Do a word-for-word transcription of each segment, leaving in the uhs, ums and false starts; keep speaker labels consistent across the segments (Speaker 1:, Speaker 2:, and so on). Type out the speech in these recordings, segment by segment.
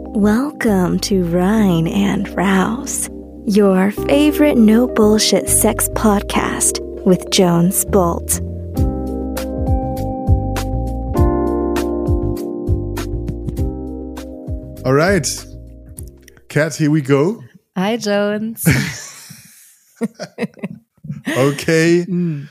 Speaker 1: Welcome to Rhine and Rouse, your favorite no bullshit sex podcast with Jones Bolt.
Speaker 2: All right, Kat, here we go.
Speaker 3: Hi, Jones.
Speaker 2: Okay.
Speaker 3: Mm.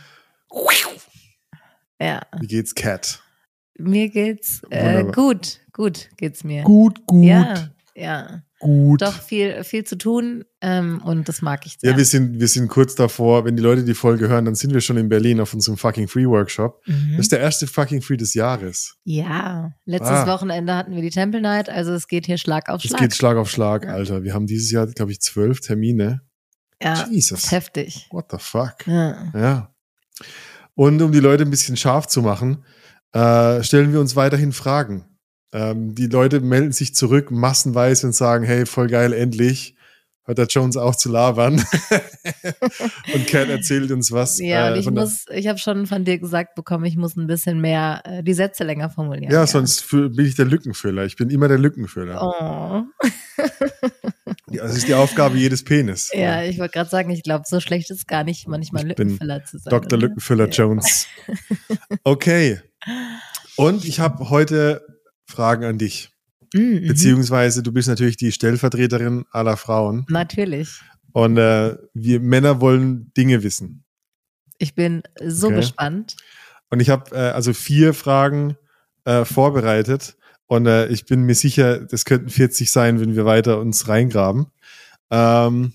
Speaker 3: Ja.
Speaker 2: Wie geht's, Kat?
Speaker 3: Mir geht's äh, gut. Gut geht's mir.
Speaker 2: Gut, gut.
Speaker 3: Ja, ja.
Speaker 2: Gut.
Speaker 3: Doch viel, viel zu tun ähm, und das mag ich sehr.
Speaker 2: Ja, wir sind, wir sind kurz davor, wenn die Leute die Folge hören, dann sind wir schon in Berlin auf unserem Fucking Free Workshop. Mhm. Das ist der erste Fucking Free des Jahres.
Speaker 3: Ja, letztes
Speaker 2: ah.
Speaker 3: Wochenende hatten wir die Temple Night, also es geht hier Schlag auf Schlag.
Speaker 2: Es geht Schlag auf Schlag,
Speaker 3: ja.
Speaker 2: Alter. Wir haben dieses Jahr, glaube ich, zwölf Termine.
Speaker 3: Ja,
Speaker 2: Jesus.
Speaker 3: Das ist heftig.
Speaker 2: What the fuck?
Speaker 3: Ja.
Speaker 2: ja. Und um die Leute ein bisschen scharf zu machen, äh, stellen wir uns weiterhin Fragen. Ähm, die Leute melden sich zurück massenweise und sagen, hey, voll geil, endlich hört der Jones auch zu labern. Und Kat erzählt uns was.
Speaker 3: Ja,
Speaker 2: äh,
Speaker 3: und ich muss, ich habe schon von dir gesagt bekommen, ich muss ein bisschen mehr äh, die Sätze länger formulieren.
Speaker 2: Ja,
Speaker 3: ja.
Speaker 2: sonst für, bin ich der Lückenfüller. Ich bin immer der Lückenfüller.
Speaker 3: Oh.
Speaker 2: Das ist die Aufgabe jedes Penis.
Speaker 3: Ja, ich wollte gerade sagen, ich glaube, so schlecht ist gar nicht, manchmal
Speaker 2: ich
Speaker 3: Lückenfüller zu sein.
Speaker 2: Doktor
Speaker 3: oder?
Speaker 2: Lückenfüller
Speaker 3: ja.
Speaker 2: Jones. Okay. Und ich habe heute Fragen an dich.
Speaker 3: Mhm.
Speaker 2: Beziehungsweise du bist natürlich die Stellvertreterin aller Frauen.
Speaker 3: Natürlich.
Speaker 2: Und äh, wir Männer wollen Dinge wissen.
Speaker 3: Ich bin so
Speaker 2: okay.
Speaker 3: gespannt.
Speaker 2: Und ich habe äh, also vier Fragen äh, vorbereitet. Und äh, ich bin mir sicher, das könnten vierzig sein, wenn wir weiter uns reingraben. Ähm,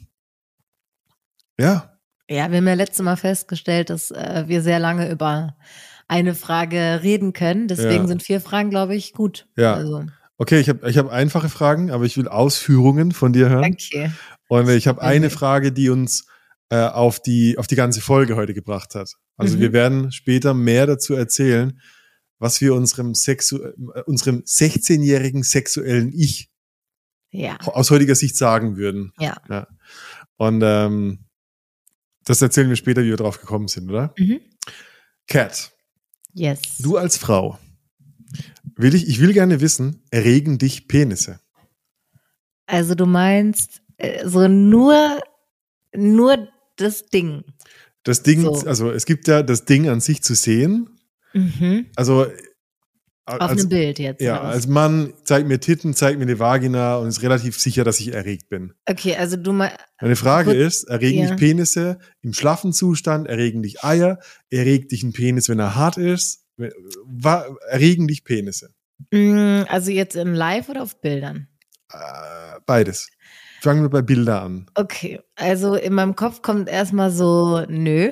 Speaker 2: ja.
Speaker 3: Ja, wir haben ja letztes Mal festgestellt, dass äh, wir sehr lange über eine Frage reden können. Deswegen
Speaker 2: ja.
Speaker 3: sind vier Fragen, glaube ich, gut.
Speaker 2: Ja.
Speaker 3: Also.
Speaker 2: Okay, ich habe ich hab einfache Fragen, aber ich will Ausführungen von dir hören.
Speaker 3: Okay.
Speaker 2: Und ich habe eine Frage, die uns äh, auf, die, auf die ganze Folge heute gebracht hat. Also mhm. wir werden später mehr dazu erzählen, was wir unserem, Sexu unserem sechzehnjährigen sexuellen Ich
Speaker 3: ja.
Speaker 2: aus heutiger Sicht sagen würden.
Speaker 3: Ja.
Speaker 2: ja. Und ähm, das erzählen wir später, wie wir drauf gekommen sind, oder?
Speaker 3: Mhm.
Speaker 2: Kat,
Speaker 3: yes.
Speaker 2: du als Frau, will ich, ich will gerne wissen, erregen dich Penisse?
Speaker 3: Also du meinst äh, so nur, nur das Ding.
Speaker 2: Das Ding,
Speaker 3: so.
Speaker 2: Also es gibt ja das Ding an sich zu sehen.
Speaker 3: Mhm.
Speaker 2: Also
Speaker 3: auf
Speaker 2: als,
Speaker 3: einem Bild jetzt.
Speaker 2: Ja, als Mann zeigt mir Titten, zeigt mir die Vagina und ist relativ sicher, dass ich erregt bin.
Speaker 3: Okay, also du mal.
Speaker 2: Meine Frage gut, ist, erregen
Speaker 3: ja.
Speaker 2: dich Penisse im schlaffen Zustand, erregen dich Eier, erregt dich ein Penis, wenn er hart ist? War, erregen dich Penisse?
Speaker 3: Also jetzt im Live oder auf Bildern?
Speaker 2: Äh, beides. Fangen wir bei Bildern an.
Speaker 3: Okay, also in meinem Kopf kommt erstmal so, nö.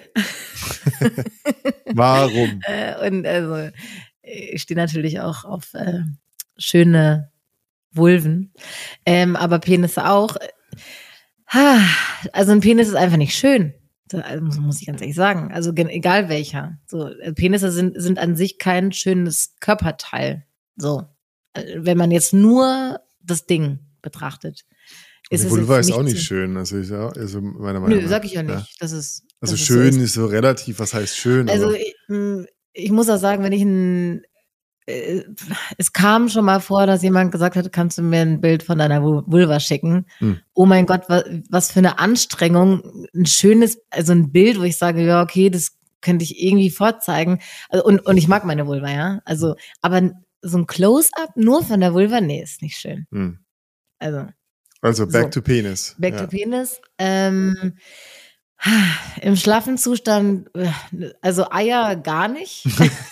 Speaker 2: Warum?
Speaker 3: äh, und also ich stehe natürlich auch auf äh, schöne Vulven, ähm, aber Penisse auch. Also ein Penis ist einfach nicht schön. Also muss ich ganz ehrlich sagen. Also egal welcher. So, Penisse sind, sind an sich kein schönes Körperteil. So. Wenn man jetzt nur das Ding betrachtet. Ist
Speaker 2: die Vulva ist auch nicht
Speaker 3: so
Speaker 2: schön. Also, ich, ja, also meiner Meinung nach.
Speaker 3: Nö, sag ich ja nicht.
Speaker 2: Ja.
Speaker 3: Das ist,
Speaker 2: also
Speaker 3: das
Speaker 2: schön
Speaker 3: ist, so
Speaker 2: ist so relativ. Was heißt schön?
Speaker 3: Also
Speaker 2: aber
Speaker 3: ich, ich muss auch sagen, wenn ich ein äh, es kam schon mal vor, dass jemand gesagt hat, kannst du mir ein Bild von deiner Vulva schicken? Hm. Oh mein Gott, was, was für eine Anstrengung. Ein schönes, also ein Bild, wo ich sage, ja, okay, das könnte ich irgendwie vorzeigen. Also, und, und ich mag meine Vulva, ja. Also, aber so ein Close-up nur von der Vulva, nee, ist nicht schön.
Speaker 2: Hm.
Speaker 3: Also.
Speaker 2: Also, back
Speaker 3: so.
Speaker 2: to Penis.
Speaker 3: Back
Speaker 2: ja.
Speaker 3: to Penis. Ähm, Im schlaffen Zustand, also Eier gar nicht.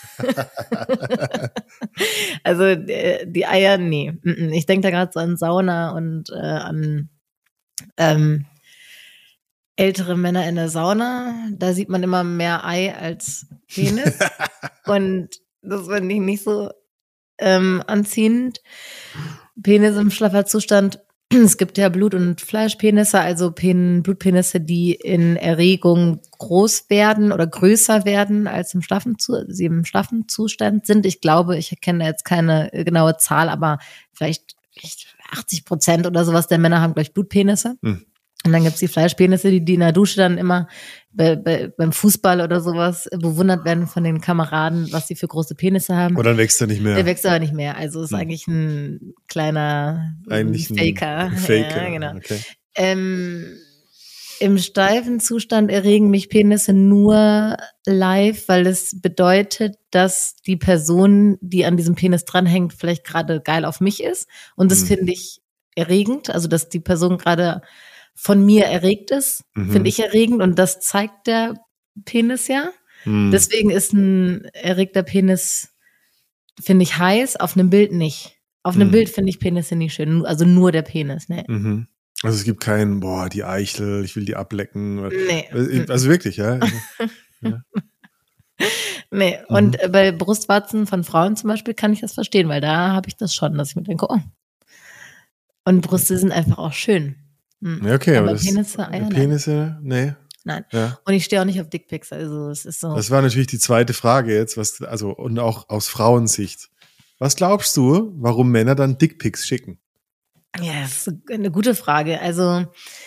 Speaker 3: Also die Eier, nee. Ich denke da gerade so an Sauna und äh, an ähm, ältere Männer in der Sauna. Da sieht man immer mehr Ei als Penis. Und das finde ich nicht so ähm, anziehend. Penis im schlaffer Zustand. Es gibt ja Blut- und Fleischpenisse, also Pen- Blutpenisse, die in Erregung groß werden oder größer werden, als im schlaffen, sie im schlaffen Zustand sind. Ich glaube, ich kenne jetzt keine genaue Zahl, aber vielleicht, vielleicht achtzig Prozent oder sowas der Männer haben gleich Blutpenisse. Hm. Und dann gibt's die Fleischpenisse, die, die in der Dusche dann immer bei, bei, beim Fußball oder sowas bewundert werden von den Kameraden, was sie für große Penisse haben.
Speaker 2: Und dann wächst er nicht mehr.
Speaker 3: Der wächst aber nicht mehr. Also ist hm. eigentlich ein kleiner
Speaker 2: eigentlich
Speaker 3: ein Faker.
Speaker 2: Ein Faker,
Speaker 3: ja, genau.
Speaker 2: Okay.
Speaker 3: Ähm, Im steifen Zustand erregen mich Penisse nur live, weil es bedeutet, dass die Person, die an diesem Penis dranhängt, vielleicht gerade geil auf mich ist. Und das hm. finde ich erregend. Also, dass die Person gerade von mir erregt ist, mhm. finde ich erregend. Und das zeigt der Penis ja. Hm. Deswegen ist ein erregter Penis, finde ich, heiß, auf einem Bild nicht. Auf einem hm. Bild finde ich Penisse nicht schön. Also nur der Penis, ne?
Speaker 2: Mhm. Also es gibt keinen, boah, die Eichel, ich will die ablecken.
Speaker 3: Nee.
Speaker 2: Also wirklich, ja? ja.
Speaker 3: Nee, mhm. und bei Brustwarzen von Frauen zum Beispiel kann ich das verstehen, weil da habe ich das schon, dass ich mir denke, oh. Und Brüste sind einfach auch schön.
Speaker 2: Mhm. Ja, okay, aber, aber das,
Speaker 3: Penisse, Eier,
Speaker 2: Penisse, nee.
Speaker 3: Nein.
Speaker 2: Ja.
Speaker 3: Und ich stehe auch nicht auf Dickpics, also es ist so.
Speaker 2: Das war natürlich die zweite Frage jetzt, was, also, und auch aus Frauensicht. Was glaubst du, warum Männer dann Dickpics schicken?
Speaker 3: Ja, das ist eine gute Frage. Also,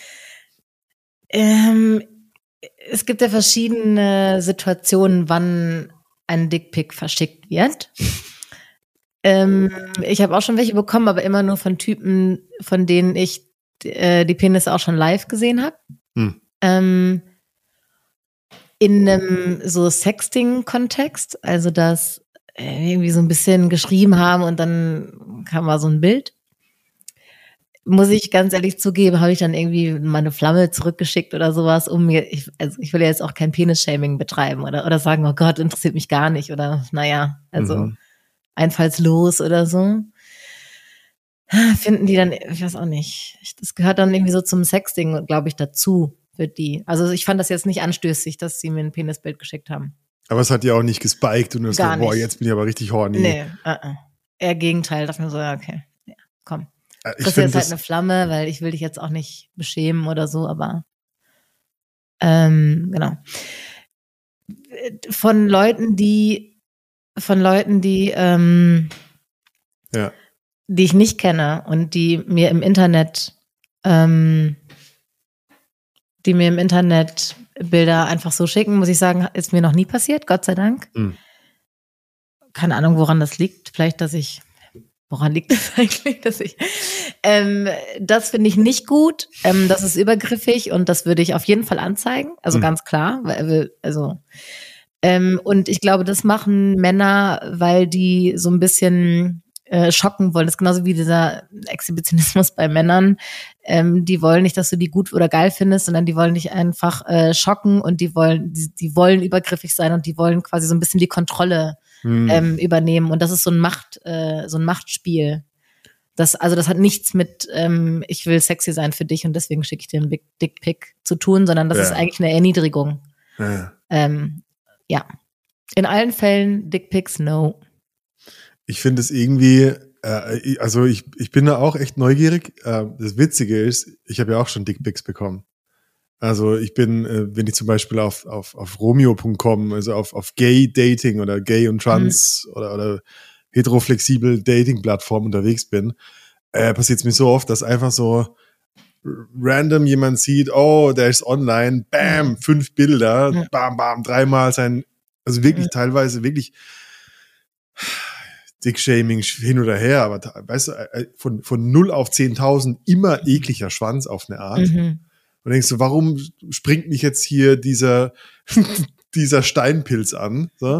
Speaker 3: ähm, es gibt ja verschiedene Situationen, wann ein Dickpic verschickt wird. ähm, ich habe auch schon welche bekommen, aber immer nur von Typen, von denen ich äh, die Penisse auch schon live gesehen habe. Hm. Ähm, in einem so Sexting-Kontext, also dass äh, irgendwie so ein bisschen geschrieben haben und dann kam mal so ein Bild. Muss ich ganz ehrlich zugeben, habe ich dann irgendwie meine Flamme zurückgeschickt oder sowas, um mir, ich, also ich will ja jetzt auch kein Penis-Shaming betreiben oder, oder sagen, oh Gott, interessiert mich gar nicht oder naja, also mhm. einfallslos oder so. Finden die dann, ich weiß auch nicht, das gehört dann irgendwie so zum Sexting, glaube ich, dazu für die. Also ich fand das jetzt nicht anstößig, dass sie mir ein Penisbild geschickt haben.
Speaker 2: Aber es hat ja auch nicht gespiked und du hast gesagt, boah, jetzt bin ich aber richtig horny.
Speaker 3: Nee, uh-uh. Eher Gegenteil, dachte mir so, ja, okay, ja, komm.
Speaker 2: Ich
Speaker 3: das ist jetzt halt eine Flamme, weil ich will dich jetzt auch nicht beschämen oder so, aber ähm, genau. Von Leuten, die von Leuten, die ähm,
Speaker 2: ja.
Speaker 3: die ich nicht kenne und die mir im Internet ähm, die mir im Internet Bilder einfach so schicken, muss ich sagen, ist mir noch nie passiert, Gott sei Dank. Mhm. Keine Ahnung, woran das liegt. Vielleicht, dass ich Woran liegt das eigentlich, dass ich, ähm, das finde ich nicht gut, ähm, das ist übergriffig und das würde ich auf jeden Fall anzeigen, also mhm. ganz klar, weil, also, ähm, und ich glaube, das machen Männer, weil die so ein bisschen äh, schocken wollen, das ist genauso wie dieser Exhibitionismus bei Männern, ähm, die wollen nicht, dass du die gut oder geil findest, sondern die wollen dich einfach äh, schocken und die wollen, die, die wollen übergriffig sein und die wollen quasi so ein bisschen die Kontrolle Hm. Ähm, übernehmen und das ist so ein Macht, äh, so ein Machtspiel. Das, also das hat nichts mit ähm, ich will sexy sein für dich und deswegen schicke ich dir einen Big Dickpic zu tun, sondern das ja. ist eigentlich eine Erniedrigung. Ja. Ähm, ja. In allen Fällen Dickpics, no.
Speaker 2: Ich finde es irgendwie, äh, also ich, ich bin da auch echt neugierig. Äh, das Witzige ist, ich habe ja auch schon Dickpics bekommen. Also ich bin, äh, wenn ich zum Beispiel auf, auf, auf Romeo Punkt com, also auf, auf Gay-Dating oder Gay- und Trans- mhm. oder, oder heteroflexibel Dating-Plattform unterwegs bin, äh, passiert es mir so oft, dass einfach so random jemand sieht, oh, der ist online, bam, fünf Bilder, mhm. bam, bam, dreimal sein, also wirklich mhm. teilweise wirklich Dick-Shaming hin oder her, aber weißt du, von, von null auf zehntausend immer ekliger Schwanz auf eine Art.
Speaker 3: Mhm.
Speaker 2: Und denkst du, warum springt mich jetzt hier dieser, dieser Steinpilz an? So.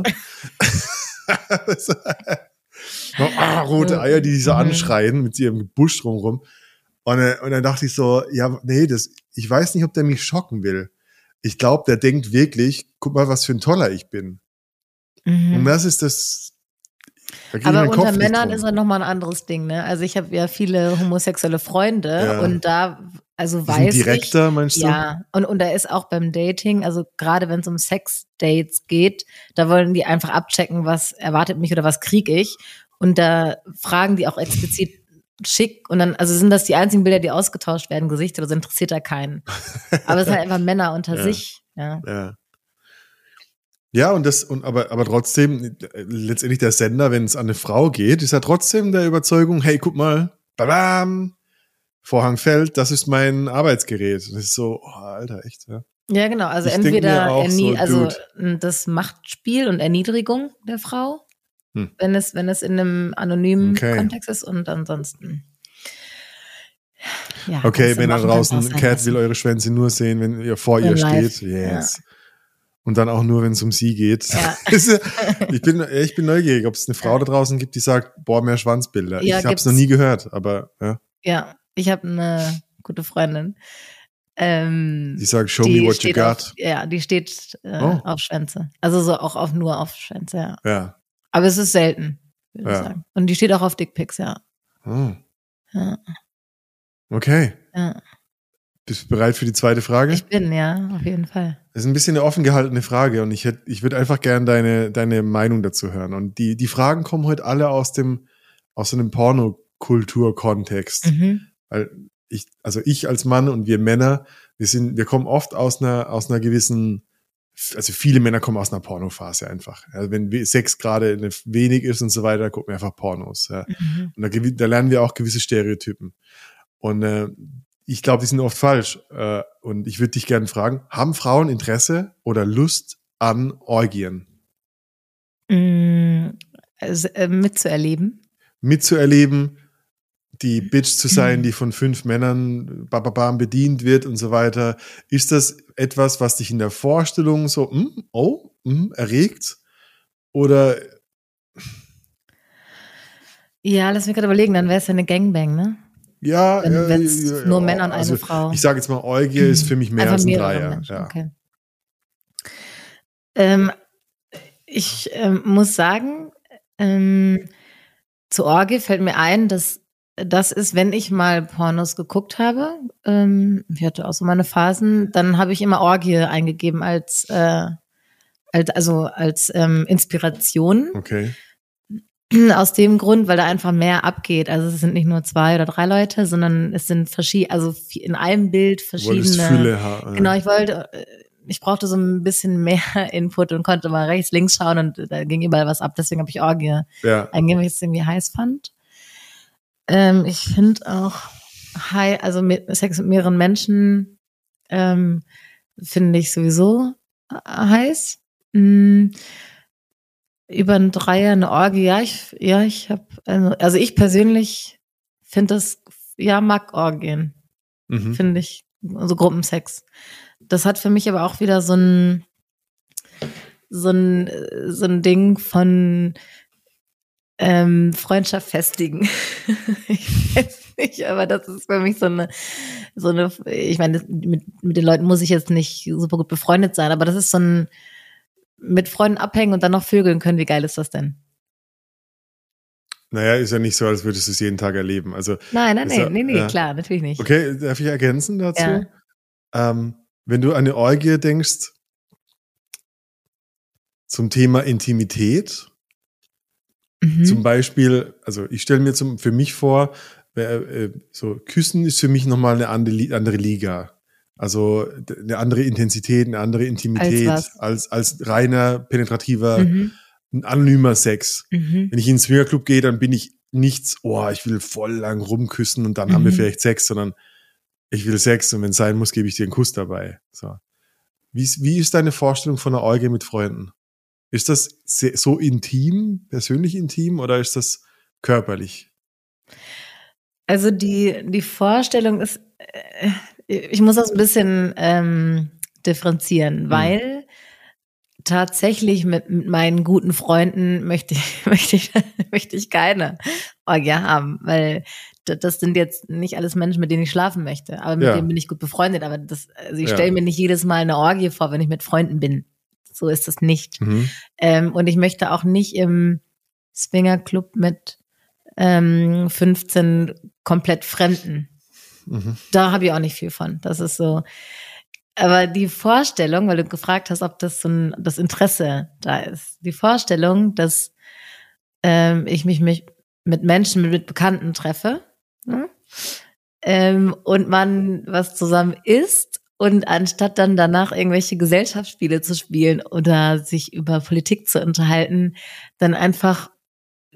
Speaker 2: ah, rote Eier, die diese anschreien mit ihrem Busch drumrum. Und, und dann dachte ich so, ja, nee, das, ich weiß nicht, ob der mich schocken will. Ich glaube, der denkt wirklich, guck mal, was für ein Toller ich bin. Mhm. Und das ist das. Da
Speaker 3: Aber unter Männern ist er nochmal ein anderes Ding, ne? Also ich habe ja viele homosexuelle Freunde ja. und da, also
Speaker 2: die
Speaker 3: weiß
Speaker 2: sind direkter,
Speaker 3: ich,
Speaker 2: meinst du?
Speaker 3: Ja, und, und da ist auch beim Dating, also gerade wenn es um Sex-Dates geht, da wollen die einfach abchecken, was erwartet mich oder was kriege ich. Und da fragen die auch explizit schick und dann, also sind das die einzigen Bilder, die ausgetauscht werden, Gesichter, das interessiert da keinen. Aber es sind halt einfach Männer unter
Speaker 2: ja.
Speaker 3: sich. Ja.
Speaker 2: ja. Ja, und das, und aber, aber trotzdem, letztendlich der Sender, wenn es an eine Frau geht, ist ja trotzdem der Überzeugung, hey, guck mal, babam, Vorhang fällt, das ist mein Arbeitsgerät. Das ist so, oh, Alter, echt, ja.
Speaker 3: Ja, genau. Also
Speaker 2: Ich denk mir
Speaker 3: entweder
Speaker 2: auch
Speaker 3: ernie-
Speaker 2: so,
Speaker 3: also
Speaker 2: dude.
Speaker 3: das Machtspiel und Erniedrigung der Frau,
Speaker 2: Hm.
Speaker 3: wenn es, wenn es in einem anonymen
Speaker 2: Okay.
Speaker 3: Kontext ist und ansonsten. Ja,
Speaker 2: Okay,
Speaker 3: kannst du
Speaker 2: wenn da
Speaker 3: machen, kannst auch
Speaker 2: draußen
Speaker 3: sein
Speaker 2: Cat
Speaker 3: lassen.
Speaker 2: will eure Schwänze nur sehen, wenn ihr vor
Speaker 3: In
Speaker 2: ihr
Speaker 3: live,
Speaker 2: steht. Yes. Und dann auch nur, wenn es um sie geht.
Speaker 3: Ja.
Speaker 2: ich, bin, ich bin neugierig, ob es eine Frau da draußen gibt, die sagt, boah, mehr Schwanzbilder.
Speaker 3: Ja,
Speaker 2: ich habe es
Speaker 3: gibt's.
Speaker 2: noch nie gehört, aber ja.
Speaker 3: Ja, ich habe eine gute Freundin. Ähm,
Speaker 2: Die sagt, show
Speaker 3: die
Speaker 2: me what you
Speaker 3: steht
Speaker 2: got.
Speaker 3: Auf, ja, die steht äh,
Speaker 2: Oh.
Speaker 3: auf Schwänze. Also so auch auf nur auf Schwänze, ja.
Speaker 2: Ja.
Speaker 3: Aber es ist selten, würde
Speaker 2: Ja.
Speaker 3: ich sagen. Und die steht auch auf Dickpics, ja.
Speaker 2: Oh.
Speaker 3: Ja,
Speaker 2: Okay.
Speaker 3: ja.
Speaker 2: Bist du bereit für die zweite Frage?
Speaker 3: Ich bin, ja, auf jeden Fall.
Speaker 2: Das ist ein bisschen eine offen gehaltene Frage und ich hätte, ich würde einfach gerne deine, deine Meinung dazu hören. Und die, die Fragen kommen heute alle aus dem, aus so einem Pornokultur-Kontext.
Speaker 3: Mhm.
Speaker 2: Weil ich, also ich als Mann und wir Männer, wir sind, wir kommen oft aus einer, aus einer gewissen, also viele Männer kommen aus einer Pornophase einfach. Also wenn Sex gerade eine wenig ist und so weiter, gucken wir einfach Pornos. Ja.
Speaker 3: Mhm.
Speaker 2: Und da, gewi- da lernen wir auch gewisse Stereotypen. Und äh, ich glaube, die sind oft falsch. Äh, und ich würde dich gerne fragen, haben Frauen Interesse oder Lust an Orgien?
Speaker 3: Mm, also, äh, mitzuerleben.
Speaker 2: Mitzuerleben, die Bitch zu sein, die von fünf Männern bababam bedient wird und so weiter. Ist das etwas, was dich in der Vorstellung so, mm, oh, mm, erregt? Oder,
Speaker 3: Ja, lass mich gerade überlegen, dann wäre es ja eine Gangbang, ne?
Speaker 2: ja,
Speaker 3: Wenn
Speaker 2: ja,
Speaker 3: wenn's
Speaker 2: ja,
Speaker 3: nur
Speaker 2: ja,
Speaker 3: Männer und eine
Speaker 2: also
Speaker 3: Frau.
Speaker 2: Ich sage jetzt mal, Orgie ist für mich mehr
Speaker 3: Einfach
Speaker 2: als ein
Speaker 3: mehrere
Speaker 2: Dreier.
Speaker 3: Menschen,
Speaker 2: Ja.
Speaker 3: okay. Ähm, ich ähm, muss sagen, ähm, zu Orgie fällt mir ein, dass das ist, wenn ich mal Pornos geguckt habe, ähm, ich hatte auch so meine Phasen, dann habe ich immer Orgie eingegeben als, äh, als also als ähm, Inspiration.
Speaker 2: Okay.
Speaker 3: Aus dem Grund, weil da einfach mehr abgeht. Also es sind nicht nur zwei oder drei Leute, sondern es sind verschiedene, also in einem Bild
Speaker 2: Du wolltest
Speaker 3: verschiedene.
Speaker 2: Fülle haben.
Speaker 3: Genau, ich wollte, ich brauchte so ein bisschen mehr Input und konnte mal rechts, links schauen und da ging überall was ab. Deswegen habe ich Orgie
Speaker 2: Ja.
Speaker 3: eingegeben, weil ich es irgendwie heiß fand. Ähm, ich finde auch high, also mit Sex mit mehreren Menschen ähm, finde ich sowieso heiß. Mm. Über ein Dreier, eine Orgie, ja, ich, ja, ich habe, also, also ich persönlich finde das, ja, mag Orgien,
Speaker 2: Mhm.
Speaker 3: finde ich, also Gruppensex. Das hat für mich aber auch wieder so ein, so ein, so ein Ding von ähm, Freundschaft festigen. Ich weiß nicht, aber das ist für mich so eine, so eine, ich meine, das- mit, mit den Leuten muss ich jetzt nicht super gut befreundet sein, aber das ist so ein mit Freunden abhängen und dann noch vögeln können. Wie geil ist das denn?
Speaker 2: Naja, ist ja nicht so, als würdest du es jeden Tag erleben. Also,
Speaker 3: Nein, nein,
Speaker 2: Ist
Speaker 3: nee,
Speaker 2: ja-
Speaker 3: nee, nee,
Speaker 2: ja.
Speaker 3: klar, natürlich nicht.
Speaker 2: okay, darf ich ergänzen dazu?
Speaker 3: Ja.
Speaker 2: Ähm, wenn du an eine Orgie denkst, zum Thema Intimität,
Speaker 3: Mhm.
Speaker 2: zum Beispiel, also ich stelle mir zum, für mich vor, äh, äh, so Küssen ist für mich nochmal eine andere, Li- andere Liga. Also d- eine andere Intensität, eine andere Intimität
Speaker 3: Als was?
Speaker 2: als, als reiner, penetrativer,
Speaker 3: Mhm.
Speaker 2: ein anonymer Sex.
Speaker 3: Mhm.
Speaker 2: Wenn ich in den Swingerclub gehe, dann bin ich nichts, oh, ich will voll lang rumküssen und dann haben wir
Speaker 3: Mhm.
Speaker 2: vielleicht Sex, sondern ich will Sex und wenn es sein muss, gebe ich dir einen Kuss dabei. So. Wie ist, wie ist deine Vorstellung von einer Orgie mit Freunden? Ist das se- so intim, persönlich intim oder ist das körperlich?
Speaker 3: Also die, die Vorstellung ist, äh, ich muss das ein bisschen ähm, differenzieren, weil tatsächlich mit, mit meinen guten Freunden möchte ich, möchte ich, möchte ich keine Orgie haben, weil d- das sind jetzt nicht alles Menschen, mit denen ich schlafen möchte, aber mit
Speaker 2: Ja.
Speaker 3: denen bin ich gut befreundet, aber das, also ich
Speaker 2: Ja.
Speaker 3: stelle mir nicht jedes Mal eine Orgie vor, wenn ich mit Freunden bin. So ist das nicht.
Speaker 2: Mhm.
Speaker 3: Ähm, und ich möchte auch nicht im Swingerclub mit ähm, fünfzehn komplett Fremden.
Speaker 2: Mhm.
Speaker 3: Da habe ich auch nicht viel von. Das ist so. Aber die Vorstellung, weil du gefragt hast, ob das so ein, das Interesse da ist. Die Vorstellung, dass ähm, ich mich mit, mit Menschen, mit, mit Bekannten treffe, ne? ähm, und man was zusammen isst und anstatt dann danach irgendwelche Gesellschaftsspiele zu spielen oder sich über Politik zu unterhalten, dann einfach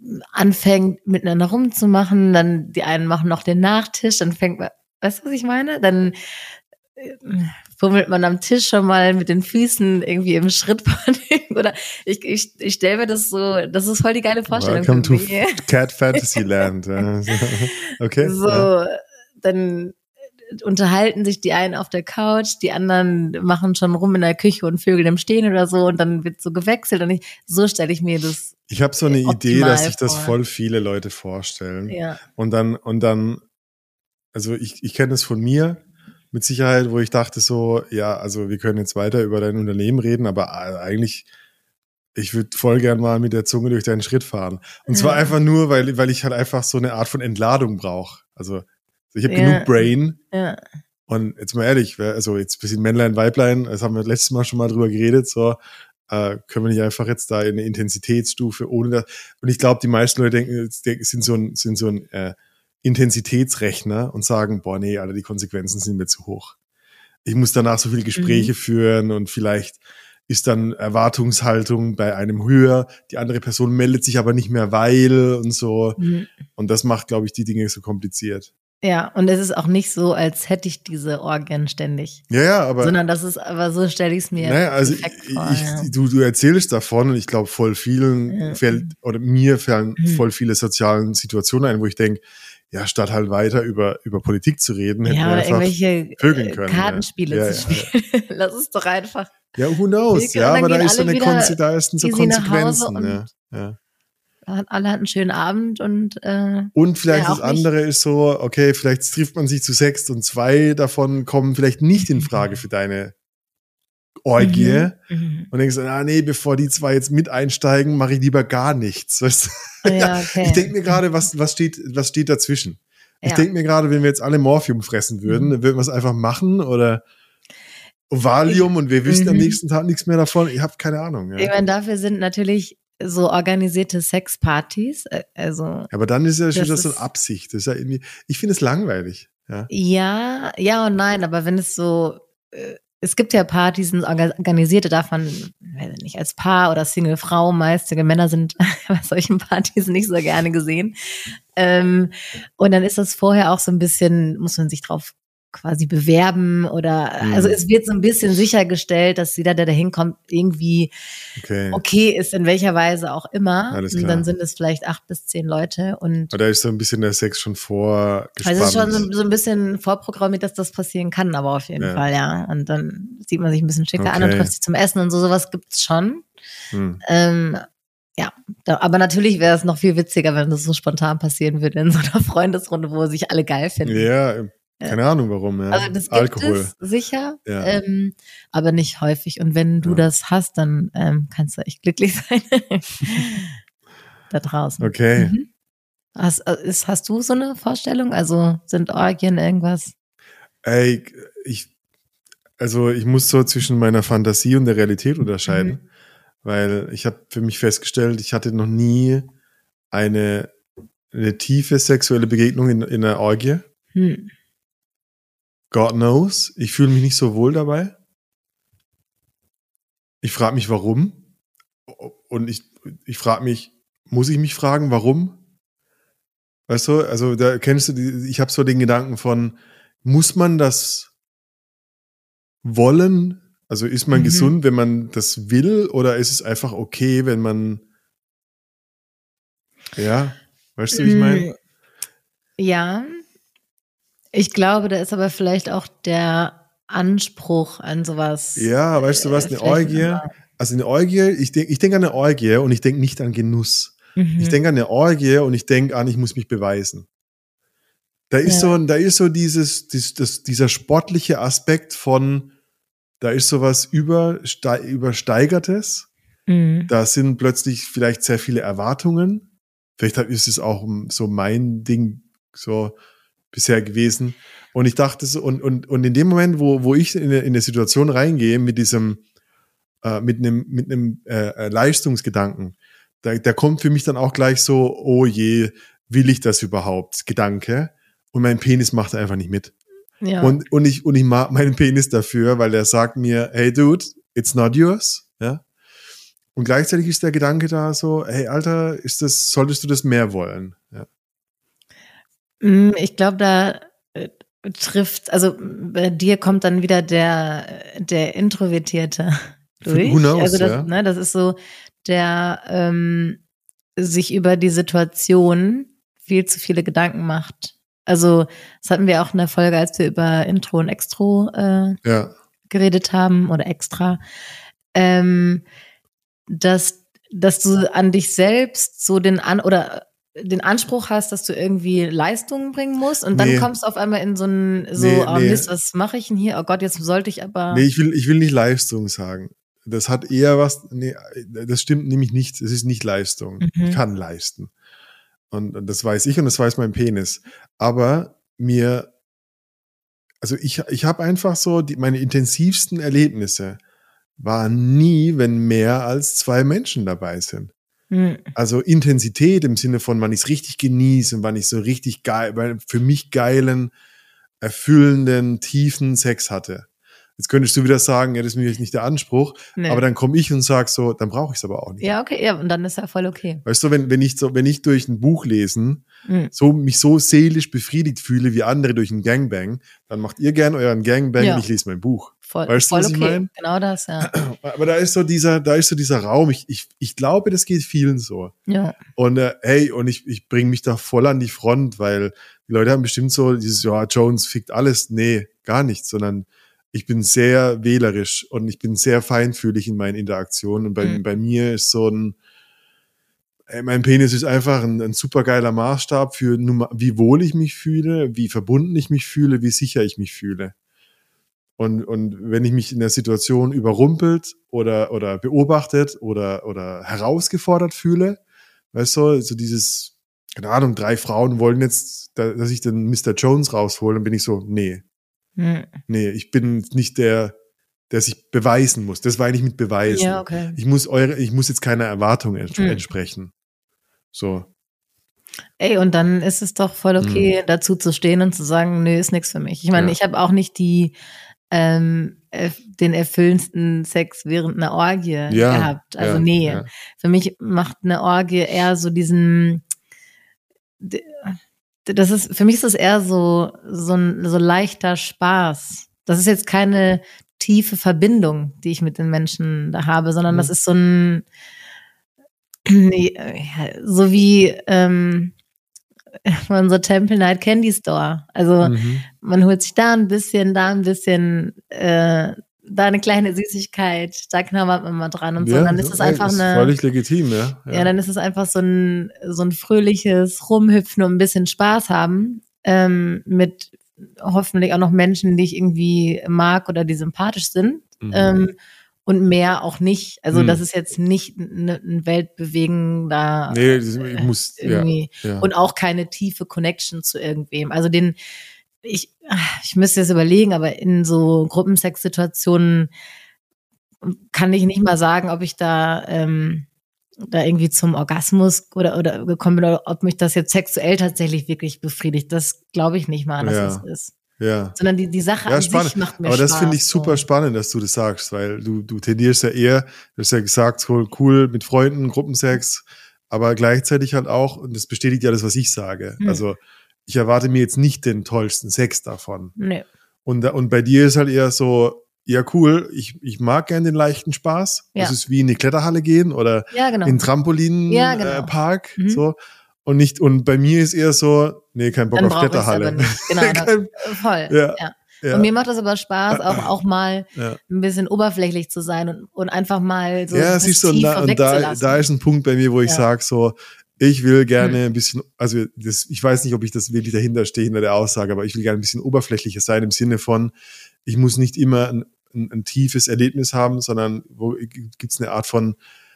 Speaker 3: anfängt, miteinander rumzumachen, dann die einen machen noch den Nachtisch, dann fängt man, weißt du, was ich meine? Dann äh, fummelt man am Tisch schon mal mit den Füßen irgendwie im Schritt oder ich, ich, ich stelle mir das so, das ist voll die geile Vorstellung.
Speaker 2: Welcome to
Speaker 3: mich.
Speaker 2: Cat Fantasyland. Okay.
Speaker 3: So,
Speaker 2: ja.
Speaker 3: Dann unterhalten sich die einen auf der Couch, die anderen machen schon rum in der Küche und vögeln im Stehen oder so und dann wird so gewechselt und ich, so stelle ich mir das
Speaker 2: Ich habe so eine Idee, dass sich das voll viele Leute vorstellen.
Speaker 3: Ja.
Speaker 2: Und dann, und dann, also ich, ich kenne es von mir mit Sicherheit, wo ich dachte so, ja, also wir können jetzt weiter über dein Unternehmen reden, aber eigentlich, ich würde voll gern mal mit der Zunge durch deinen Schritt fahren. Und zwar
Speaker 3: ja.
Speaker 2: einfach nur, weil, weil ich halt einfach so eine Art von Entladung brauche. Also ich habe
Speaker 3: ja.
Speaker 2: genug Brain.
Speaker 3: Ja.
Speaker 2: Und jetzt mal ehrlich, also jetzt ein bisschen Männlein, Weiblein, das haben wir letztes Mal schon mal drüber geredet, so, äh, können wir nicht einfach jetzt da in eine Intensitätsstufe ohne das. Und ich glaube, die meisten Leute denken, sind so ein, sind so ein äh, Intensitätsrechner und sagen, boah, nee, Alter, die Konsequenzen sind mir zu hoch. Ich muss danach so viele Gespräche mhm. führen und vielleicht ist dann Erwartungshaltung bei einem höher, die andere Person meldet sich aber nicht mehr, weil und so. Mhm. Und das macht, glaube ich, die Dinge so kompliziert.
Speaker 3: Ja, und es ist auch nicht so, als hätte ich diese Orgien ständig.
Speaker 2: Ja, ja, aber.
Speaker 3: Sondern das ist, aber so stelle ich es mir
Speaker 2: naja, also ich,
Speaker 3: vor.
Speaker 2: Ich,
Speaker 3: ja.
Speaker 2: du, du erzählst davon und ich glaube, voll vielen ja. fällt, oder mir fallen mhm. voll viele sozialen Situationen ein, wo ich denke, ja, statt halt weiter über, über Politik zu reden, hätten
Speaker 3: ja,
Speaker 2: wir
Speaker 3: oder
Speaker 2: einfach
Speaker 3: irgendwelche
Speaker 2: vögeln können.
Speaker 3: Kartenspiele
Speaker 2: ja.
Speaker 3: zu spielen. Ja, ja. Lass es doch einfach.
Speaker 2: Ja, who knows? Ja, aber da ist so eine Konse- da ist so Konsequenzen. Ja, ja.
Speaker 3: Alle hatten einen schönen Abend und äh,
Speaker 2: und vielleicht das andere nicht. Ist so, okay, vielleicht trifft man sich zu sechst und zwei davon kommen vielleicht nicht in Frage für deine Orgie mhm. und denkst, ah nee, bevor die zwei jetzt mit einsteigen, mache ich lieber gar nichts. Weißt du?
Speaker 3: Ja, okay.
Speaker 2: Ich denke mir gerade, was, was, steht, was steht dazwischen? Ja. Ich denke mir gerade, wenn wir jetzt alle Morphium fressen würden, mhm. würden wir es einfach machen oder Valium ich, und wir wüssten mhm. am nächsten Tag nichts mehr davon. Ich habe keine Ahnung. Ja.
Speaker 3: Ich meine, dafür sind natürlich so organisierte Sexpartys, also.
Speaker 2: Aber dann ist ja schon das so eine Absicht. Das ist ja irgendwie, ich finde es langweilig. Ja.
Speaker 3: ja, ja und nein, aber wenn es so, äh, es gibt ja Partys, sind organisierte davon, weiß ich nicht, als Paar oder Single-Frau meist, Männer sind bei solchen Partys nicht so gerne gesehen. Ähm, und dann ist das vorher auch so ein bisschen, muss man sich drauf quasi bewerben oder, mhm. also es wird so ein bisschen sichergestellt, dass jeder, der da hinkommt, irgendwie okay. okay ist, in welcher Weise auch immer. Und dann sind es vielleicht acht bis zehn Leute und.
Speaker 2: Aber da ist so ein bisschen der Sex schon vorgespannt.
Speaker 3: Also es ist schon so, so ein bisschen vorprogrammiert, dass das passieren kann, aber auf jeden ja. Fall, ja. Und dann sieht man sich ein bisschen schicker okay. an und trifft sich zum Essen und so, sowas gibt's schon. Mhm. Ähm, ja, da, aber natürlich wäre es noch viel witziger, wenn das so spontan passieren würde in so einer Freundesrunde, wo sich alle geil finden.
Speaker 2: Ja, keine Ahnung warum, ja.
Speaker 3: Also das gibt
Speaker 2: Alkohol.
Speaker 3: es sicher,
Speaker 2: ja.
Speaker 3: ähm, aber nicht häufig. Und wenn du ja. das hast, dann ähm, kannst du echt glücklich sein. Da draußen.
Speaker 2: Okay.
Speaker 3: Mhm. Hast, ist, hast du so eine Vorstellung? Also sind Orgien irgendwas?
Speaker 2: Ey, ich, also ich muss so zwischen meiner Fantasie und der Realität unterscheiden, mhm. weil ich habe für mich festgestellt, ich hatte noch nie eine, eine tiefe sexuelle Begegnung in, in einer Orgie.
Speaker 3: Hm.
Speaker 2: God knows. Ich fühle mich nicht so wohl dabei. Ich frage mich, warum. Und ich, ich frage mich, muss ich mich fragen, warum? Weißt du, also da kennst du, die, ich habe so den Gedanken von, muss man das wollen? Also ist man mhm. gesund, wenn man das will? Oder ist es einfach okay, wenn man, ja, weißt du, wie ich meine?
Speaker 3: Ja. Ich glaube, da ist aber vielleicht auch der Anspruch an sowas.
Speaker 2: Ja, weißt du was, eine Orgie, also eine Orgie, ich denke ich denk an eine Orgie und ich denke nicht an Genuss. Mhm. Ich denke an eine Orgie und ich denke an, ich muss mich beweisen. Da ist ja. so, da ist so dieses, dieses das, dieser sportliche Aspekt von, da ist sowas überste, Übersteigertes. Mhm. Da sind plötzlich vielleicht sehr viele Erwartungen. Vielleicht ist es auch so mein Ding, so bisher gewesen. Und ich dachte so, und, und, und in dem Moment, wo, wo ich in eine, in eine Situation reingehe mit diesem, äh, mit einem, mit einem äh, Leistungsgedanken, da, da kommt für mich dann auch gleich so, oh je, will ich das überhaupt? Gedanke. Und mein Penis macht einfach nicht mit.
Speaker 3: Ja.
Speaker 2: Und, und ich, und ich mag meinen Penis dafür, weil er sagt mir, hey dude, it's not yours. Ja. Und gleichzeitig ist der Gedanke da so, hey Alter, ist das, solltest du das mehr wollen? Ja.
Speaker 3: Ich glaube, da äh, trifft, also bei dir kommt dann wieder der, der Introvertierte durch.
Speaker 2: Who knows,
Speaker 3: also das,
Speaker 2: ja.
Speaker 3: ne, das ist so, der ähm, sich über die Situation viel zu viele Gedanken macht. Also das hatten wir auch in der Folge, als wir über Intro und Extro äh,
Speaker 2: ja.
Speaker 3: geredet haben oder Extra, ähm, dass, dass du an dich selbst so den an oder den Anspruch hast, dass du irgendwie Leistungen bringen musst und dann
Speaker 2: Nee.
Speaker 3: kommst du auf einmal in so ein, so,
Speaker 2: Nee,
Speaker 3: oh
Speaker 2: nee.
Speaker 3: Mist, was mache ich denn hier? Oh Gott, jetzt sollte ich aber.
Speaker 2: Nee, ich will, ich will nicht Leistung sagen. Das hat eher was, nee, das stimmt nämlich nicht. Es ist nicht Leistung.
Speaker 3: Mhm.
Speaker 2: Ich kann leisten. Und, und das weiß ich und das weiß mein Penis. Aber mir, also ich, ich habe einfach so, die, meine intensivsten Erlebnisse waren nie, wenn mehr als zwei Menschen dabei sind.
Speaker 3: Mhm.
Speaker 2: Also Intensität im Sinne von, wann ich es richtig genieße und wann ich so richtig geil, für mich geilen, erfüllenden, tiefen Sex hatte. Jetzt könntest du wieder sagen, ja, das ist mir jetzt nicht der Anspruch,
Speaker 3: Nee.
Speaker 2: aber dann komme ich und sag so, dann brauche ich es aber auch nicht.
Speaker 3: Ja, okay, ja, und dann ist ja voll okay.
Speaker 2: Weißt du, wenn, wenn ich so, wenn ich durch ein Buch lesen,
Speaker 3: Mhm.
Speaker 2: so, mich so seelisch befriedigt fühle wie andere durch einen Gangbang, dann macht ihr gern euren Gangbang
Speaker 3: Ja.
Speaker 2: und ich lese mein Buch.
Speaker 3: Voll,
Speaker 2: Weißt du,
Speaker 3: voll
Speaker 2: was ich
Speaker 3: okay.
Speaker 2: mein?
Speaker 3: Genau das, ja.
Speaker 2: Aber da ist so dieser, da ist so dieser Raum. Ich, ich, ich glaube, das geht vielen so.
Speaker 3: Ja.
Speaker 2: Und äh, hey, und ich, ich bringe mich da voll an die Front, weil die Leute haben bestimmt so dieses, ja, Jones fickt alles. Nee, gar nicht, sondern ich bin sehr wählerisch und ich bin sehr feinfühlig in meinen Interaktionen. Und bei,
Speaker 3: Mhm.
Speaker 2: bei mir ist so ein, ey, mein Penis ist einfach ein, ein supergeiler Maßstab für, wie wohl ich mich fühle, wie verbunden ich mich fühle, wie sicher ich mich fühle. Und, und wenn ich mich in der Situation überrumpelt oder, oder beobachtet oder, oder herausgefordert fühle, weißt du, so dieses, keine Ahnung, drei Frauen wollen jetzt, dass ich den Mister Jones raushole, dann bin ich so, nee,
Speaker 3: Mhm.
Speaker 2: nee, ich bin nicht der, der sich beweisen muss. Das war eigentlich mit Beweisen.
Speaker 3: Ja, okay.
Speaker 2: Ich muss eure, ich muss jetzt keiner Erwartung ents-
Speaker 3: Mhm.
Speaker 2: entsprechen. So.
Speaker 3: Ey, und dann ist es doch voll okay,
Speaker 2: Mhm.
Speaker 3: dazu zu stehen und zu sagen, nö, ist nichts für mich. Ich meine,
Speaker 2: Ja.
Speaker 3: ich habe auch nicht die ähm, erf- den erfüllendsten Sex während einer Orgie
Speaker 2: Ja,
Speaker 3: gehabt. Also
Speaker 2: ja,
Speaker 3: nee,
Speaker 2: ja.
Speaker 3: für mich macht eine Orgie eher so diesen, d- das ist, für mich ist das eher so, so ein so leichter Spaß. Das ist jetzt keine tiefe Verbindung, die ich mit den Menschen da habe, sondern
Speaker 2: Mhm.
Speaker 3: das ist so ein, nee, ja, so wie ähm, unser Temple Night Candy Store. Also
Speaker 2: Mhm.
Speaker 3: man holt sich da ein bisschen, da ein bisschen, äh, da eine kleine Süßigkeit, da knabbert man mal dran und so. Und dann ist es
Speaker 2: ey,
Speaker 3: einfach
Speaker 2: ist
Speaker 3: eine,
Speaker 2: völlig legitim, ja.
Speaker 3: ja, dann ist es einfach so ein, so ein fröhliches Rumhüpfen und ein bisschen Spaß haben, ähm, mit hoffentlich auch noch Menschen, die ich irgendwie mag oder die sympathisch sind.
Speaker 2: Mhm.
Speaker 3: Ähm, und mehr auch nicht. Also
Speaker 2: Mhm.
Speaker 3: das ist jetzt nicht ne, ein weltbewegender
Speaker 2: Nee, das, ich muss,
Speaker 3: irgendwie.
Speaker 2: ja, ja.
Speaker 3: Und auch keine tiefe Connection zu irgendwem. Also den, ich, ich müsste jetzt überlegen, aber in so Gruppensex-Situationen kann ich nicht mal sagen, ob ich da, ähm, da irgendwie zum Orgasmus oder, oder gekommen bin oder ob mich das jetzt sexuell tatsächlich wirklich befriedigt. Das glaube ich nicht mal, dass
Speaker 2: Ja.
Speaker 3: das ist.
Speaker 2: ja.
Speaker 3: Sondern die, die Sache
Speaker 2: Ja,
Speaker 3: an
Speaker 2: spannend.
Speaker 3: sich macht mir
Speaker 2: Aber
Speaker 3: Spaß.
Speaker 2: das finde ich super
Speaker 3: so.
Speaker 2: spannend, dass du das sagst, weil du, du tendierst ja eher, du hast ja gesagt, so cool mit Freunden, Gruppensex, aber gleichzeitig halt auch, und das bestätigt ja das, was ich sage.
Speaker 3: Hm.
Speaker 2: Also ich erwarte mir jetzt nicht den tollsten Sex davon.
Speaker 3: Nee.
Speaker 2: Und, und bei dir ist halt eher so, ja cool, ich, ich mag gern den leichten Spaß.
Speaker 3: Ja.
Speaker 2: Das ist wie in die Kletterhalle gehen oder
Speaker 3: Ja, genau.
Speaker 2: in den Trampolinpark,
Speaker 3: Ja, genau.
Speaker 2: äh, Park,
Speaker 3: Mhm.
Speaker 2: so. Und nicht, und bei mir ist eher so, nee, kein Bock
Speaker 3: Dann
Speaker 2: auf
Speaker 3: brauche ich es
Speaker 2: Kletterhalle.
Speaker 3: aber nicht. Genau,
Speaker 2: Kein-
Speaker 3: dann, voll.
Speaker 2: Ja.
Speaker 3: Ja.
Speaker 2: ja.
Speaker 3: Und mir macht das aber Spaß, auch, auch mal
Speaker 2: Ja.
Speaker 3: ein bisschen oberflächlich zu sein und, und einfach mal so
Speaker 2: ja,
Speaker 3: das
Speaker 2: siehst du, und
Speaker 3: Tiefe
Speaker 2: da, und da,
Speaker 3: wegzulassen.
Speaker 2: da ist ein Punkt bei mir, wo ich
Speaker 3: Ja.
Speaker 2: sage so, ich will gerne
Speaker 3: Hm.
Speaker 2: ein bisschen, also das, ich weiß nicht, ob ich das wirklich dahinter stehe, hinter der Aussage, aber ich will gerne ein bisschen oberflächlicher sein im Sinne von, ich muss nicht immer ein, ein, ein tiefes Erlebnis haben, sondern wo gibt's eine Art von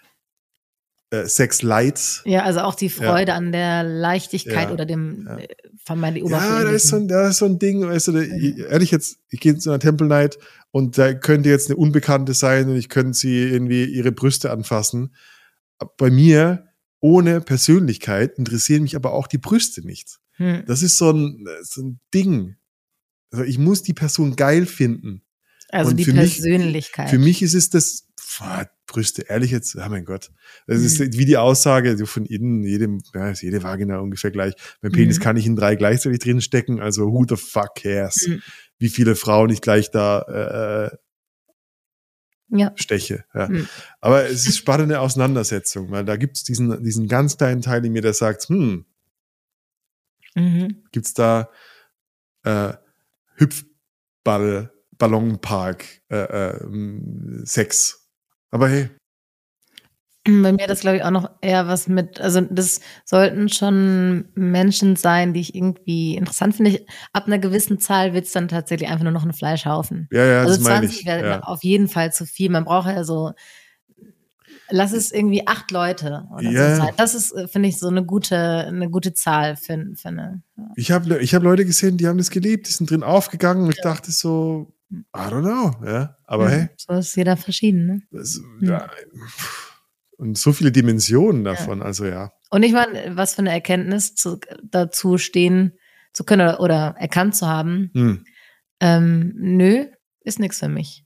Speaker 2: äh, Sex Light.
Speaker 3: Ja, also auch die Freude an der Leichtigkeit
Speaker 2: Ja.
Speaker 3: oder dem
Speaker 2: Ja.
Speaker 3: äh, vermeintlich
Speaker 2: Ja,
Speaker 3: oberflächlichen.
Speaker 2: da ist so ein, da ist so ein Ding, weißt du, da, ich, ehrlich jetzt, ich gehe zu einer Temple Night und da könnte jetzt eine Unbekannte sein und ich könnte sie irgendwie ihre Brüste anfassen. Bei mir, ohne Persönlichkeit, interessieren mich aber auch die Brüste nicht.
Speaker 3: Hm.
Speaker 2: Das ist so ein, so ein Ding. Also ich muss die Person geil finden.
Speaker 3: Also
Speaker 2: und
Speaker 3: die
Speaker 2: für mich-
Speaker 3: Persönlichkeit.
Speaker 2: Für mich ist es das, boah, Brüste, ehrlich jetzt, ja mein Gott. Das ist wie die Aussage, so von innen, jedem, ja, ist jede Vagina ungefähr gleich. Mein Penis mhm. kann nicht in drei gleichzeitig drin stecken, also who the fuck cares, mhm. wie viele Frauen ich gleich da äh,
Speaker 3: ja.
Speaker 2: steche. Ja. Mhm. Aber es ist spannende Auseinandersetzung, weil da gibt es diesen, diesen ganz kleinen Teil in mir, der sagt, hm, mhm. gibt's da äh, Hüpfball, Ballonpark, äh, äh, Sex. Aber hey.
Speaker 3: Bei mir das, glaube ich, auch noch eher was mit, also das sollten schon Menschen sein, die ich irgendwie interessant finde. Ich, ab einer gewissen Zahl wird es dann tatsächlich einfach nur noch ein Fleischhaufen.
Speaker 2: Ja, ja,
Speaker 3: also
Speaker 2: das meine ich.
Speaker 3: wäre
Speaker 2: ja.
Speaker 3: auf jeden Fall zu viel. Man braucht ja so, lass es irgendwie acht Leute oder
Speaker 2: ja.
Speaker 3: so sein. Das ist, finde ich, so eine gute, eine gute Zahl für, für eine. Ja.
Speaker 2: Ich habe ich hab Leute gesehen, die haben das geliebt, die sind drin aufgegangen und ja. ich dachte so, I don't know. Ja, aber
Speaker 3: ja,
Speaker 2: hey.
Speaker 3: So ist jeder verschieden, ne?
Speaker 2: Das, ja. Und so viele Dimensionen davon,
Speaker 3: ja.
Speaker 2: also ja.
Speaker 3: Und ich meine, was für eine Erkenntnis zu, dazu stehen zu können oder, oder erkannt zu haben, hm. ähm, nö, ist nichts für mich.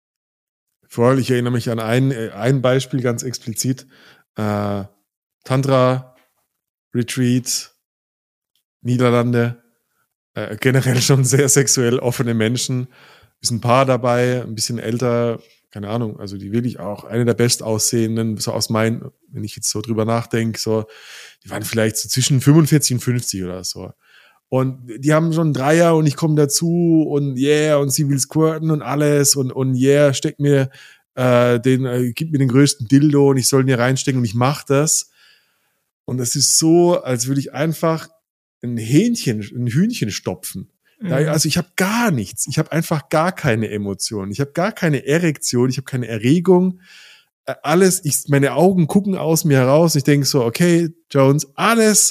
Speaker 2: Vor allem, ich erinnere mich an ein, ein Beispiel ganz explizit. Äh, Tantra, Retreat, Niederlande, äh, generell schon sehr sexuell offene Menschen. Ist ein Paar dabei, ein bisschen älter, keine Ahnung, also die will ich auch, eine der bestaussehenden, so aus meinen, wenn ich jetzt so drüber nachdenke, so, die waren vielleicht so zwischen fünfundvierzig und fünfzig oder so. Und die haben schon einen Dreier und ich komme dazu und yeah, und sie will squirten und alles und, und yeah, steck mir äh, den, äh, gib mir den größten Dildo und ich soll ihn hier reinstecken und ich mach das. Und das ist so, als würde ich einfach ein Hähnchen, ein Hühnchen stopfen. Mhm. Da, also ich habe gar nichts. Ich habe einfach gar keine Emotionen. Ich habe gar keine Erektion. Ich habe keine Erregung. Äh, alles, ich, meine Augen gucken aus mir heraus. Ich denke so, okay, Jones, alles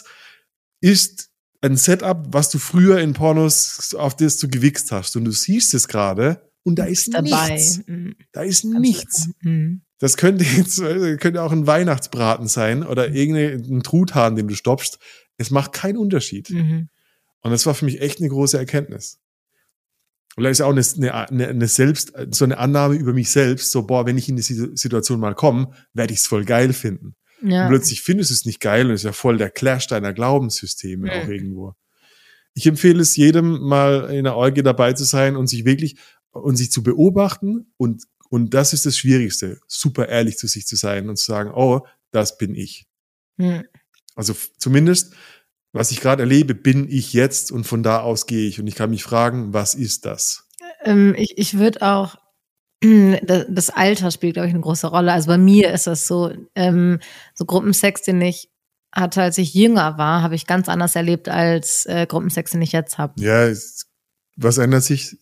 Speaker 2: ist ein Setup, was du früher in Pornos, auf das du gewichst hast. Und du siehst es gerade und da ist dabei. Nichts. Mhm. Da ist Ganz nichts. Mhm. Das könnte jetzt könnte auch ein Weihnachtsbraten sein oder irgendein Truthahn, den du stopfst. Es macht keinen Unterschied. Mhm. Und das war für mich echt eine große Erkenntnis. Und da ist auch eine, eine, eine Selbst, so eine Annahme über mich selbst, so, boah, wenn ich in die Situation mal komme, werde ich es voll geil finden. Ja. Und plötzlich findest du es nicht geil und es ist ja voll der Clash deiner Glaubenssysteme ja. auch irgendwo. Ich empfehle es jedem, mal in der Orgie dabei zu sein und sich wirklich, und sich zu beobachten und, und das ist das Schwierigste, super ehrlich zu sich zu sein und zu sagen, oh, das bin ich. Ja. Also f- zumindest, was ich gerade erlebe, bin ich jetzt und von da aus gehe ich und ich kann mich fragen, was ist das?
Speaker 3: Ähm, ich ich würde auch, das Alter spielt, glaube ich, eine große Rolle. Also bei mir ist das so, ähm, so Gruppensex, den ich hatte, als ich jünger war, habe ich ganz anders erlebt als äh, Gruppensex, den ich jetzt habe.
Speaker 2: Ja, was ändert sich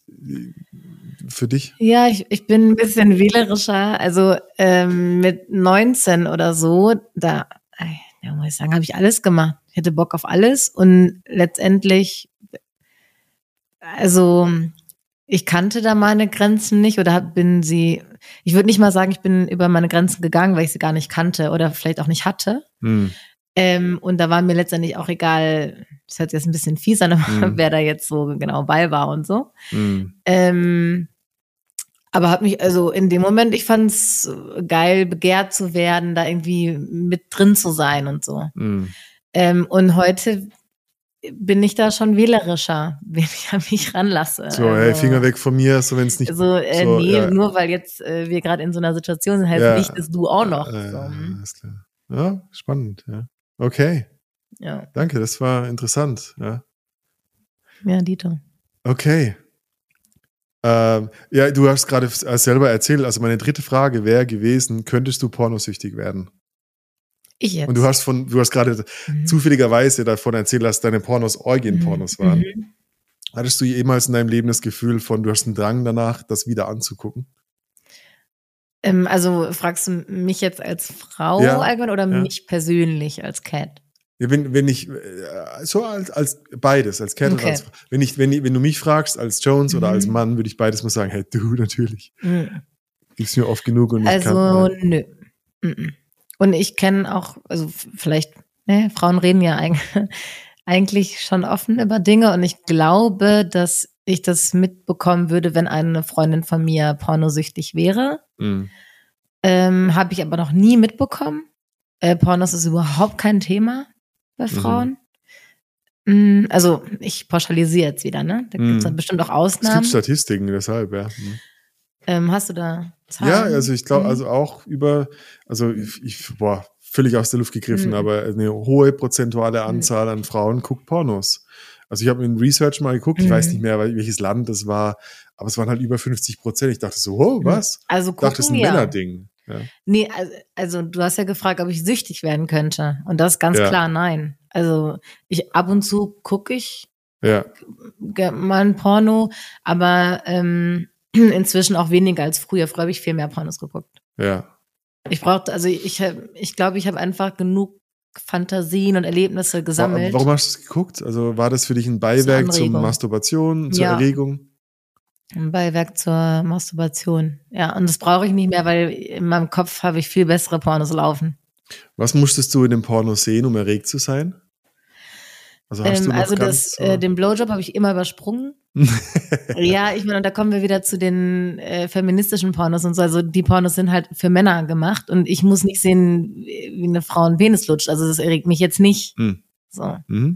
Speaker 2: für dich?
Speaker 3: Ja, ich, ich bin ein bisschen wählerischer. Also ähm, mit neunzehn oder so, da, ja, muss ich sagen, habe ich alles gemacht. Ich hatte Bock auf alles und letztendlich, also ich kannte da meine Grenzen nicht oder bin sie, ich würde nicht mal sagen, ich bin über meine Grenzen gegangen, weil ich sie gar nicht kannte oder vielleicht auch nicht hatte. Hm. Ähm, und da war mir letztendlich auch egal, das hört sich jetzt ein bisschen fies an, aber hm. wer da jetzt so genau bei war und so. Hm. Ähm, aber hat mich, also in dem Moment, ich fand's geil, begehrt zu werden, da irgendwie mit drin zu sein und so. Hm. Ähm, und heute bin ich da schon wählerischer, wenn ich an mich ranlasse.
Speaker 2: So, also, hey, Finger weg von mir, so wenn es nicht...
Speaker 3: So, äh, so, nee, ja. nur weil jetzt äh, wir gerade in so einer Situation sind, heißt ja. nicht, dass du auch noch.
Speaker 2: Äh,
Speaker 3: so.
Speaker 2: Alles klar. Ja, spannend, ja. Okay.
Speaker 3: Ja.
Speaker 2: Danke, das war interessant, ja.
Speaker 3: Ja, Dieter.
Speaker 2: Okay. Ähm, ja, du hast gerade selber erzählt, also meine dritte Frage wäre gewesen, könntest du pornosüchtig werden?
Speaker 3: Ich jetzt.
Speaker 2: Und du hast von, du hast gerade mhm. zufälligerweise davon erzählt, dass deine Pornos Orgien-Pornos waren. Mhm. Hattest du jemals in deinem Leben das Gefühl von, du hast einen Drang danach, das wieder anzugucken?
Speaker 3: Ähm, also fragst du mich jetzt als Frau
Speaker 2: ja,
Speaker 3: allgemein oder
Speaker 2: ja.
Speaker 3: mich persönlich als Cat?
Speaker 2: Ja, wenn, wenn ich, so als, als beides, als Cat okay. und als, wenn ich, wenn ich, wenn du mich fragst als Jones mhm. oder als Mann, würde ich beides mal sagen, hey, du, natürlich. Mhm. Gib's mir oft genug und ich
Speaker 3: also,
Speaker 2: kann.
Speaker 3: Also, nö. Mhm. Und ich kenne auch, also vielleicht, ne, Frauen reden ja eigentlich, eigentlich schon offen über Dinge und ich glaube, dass ich das mitbekommen würde, wenn eine Freundin von mir pornosüchtig wäre. Mhm. Ähm, habe ich aber noch nie mitbekommen. Äh, Pornos ist überhaupt kein Thema bei Frauen. Mhm. Also ich pauschalisiere jetzt wieder, ne? Da gibt es dann bestimmt auch Ausnahmen.
Speaker 2: Es gibt Statistiken, deshalb, ja. Mhm.
Speaker 3: Ähm, hast du da Zahlen?
Speaker 2: Ja, also ich glaube,
Speaker 3: Mhm.
Speaker 2: also auch über, also ich, ich boah, völlig aus der Luft gegriffen,
Speaker 3: Mhm.
Speaker 2: aber eine hohe prozentuale Anzahl an Frauen guckt Pornos. Also ich habe in Research mal geguckt, ich
Speaker 3: Mhm.
Speaker 2: weiß nicht mehr, welches Land das war, aber es waren halt über fünfzig Prozent. Ich dachte so, oh, was?
Speaker 3: Also
Speaker 2: Ich dachte, das ist ein
Speaker 3: gucken, ja.
Speaker 2: Männerding. Ja.
Speaker 3: Nee, also, also du hast ja gefragt, ob ich süchtig werden könnte. Und das ist ganz
Speaker 2: Ja.
Speaker 3: klar nein. Also ich ab und zu gucke ich
Speaker 2: Ja,
Speaker 3: ge- mal ein Porno, aber ähm, inzwischen auch weniger als früher. Früher habe ich viel mehr Pornos geguckt.
Speaker 2: ja.
Speaker 3: Ich brauchte, also ich ich, ich glaube, ich habe einfach genug Fantasien und Erlebnisse
Speaker 2: Wa-
Speaker 3: gesammelt.
Speaker 2: Warum hast du es geguckt? Also war das für dich ein Beiwerk zur
Speaker 3: Anregung.
Speaker 2: Masturbation, zur
Speaker 3: Ja.
Speaker 2: Erregung?
Speaker 3: Ein Beiwerk zur Masturbation. Ja, und das brauche ich nicht mehr, weil in meinem Kopf habe ich viel bessere Pornos laufen.
Speaker 2: Was musstest du in dem Porno sehen, um erregt zu sein? Also hast
Speaker 3: Ähm,
Speaker 2: du noch
Speaker 3: also
Speaker 2: ganz
Speaker 3: das,
Speaker 2: so
Speaker 3: äh, den Blowjob habe ich immer übersprungen. Ja, ich meine, und da kommen wir wieder zu den äh, feministischen Pornos und so. Also die Pornos sind halt für Männer gemacht und ich muss nicht sehen, wie eine Frau einen Penis lutscht. Also das erregt mich jetzt nicht.
Speaker 2: Hm.
Speaker 3: So.
Speaker 2: Mhm.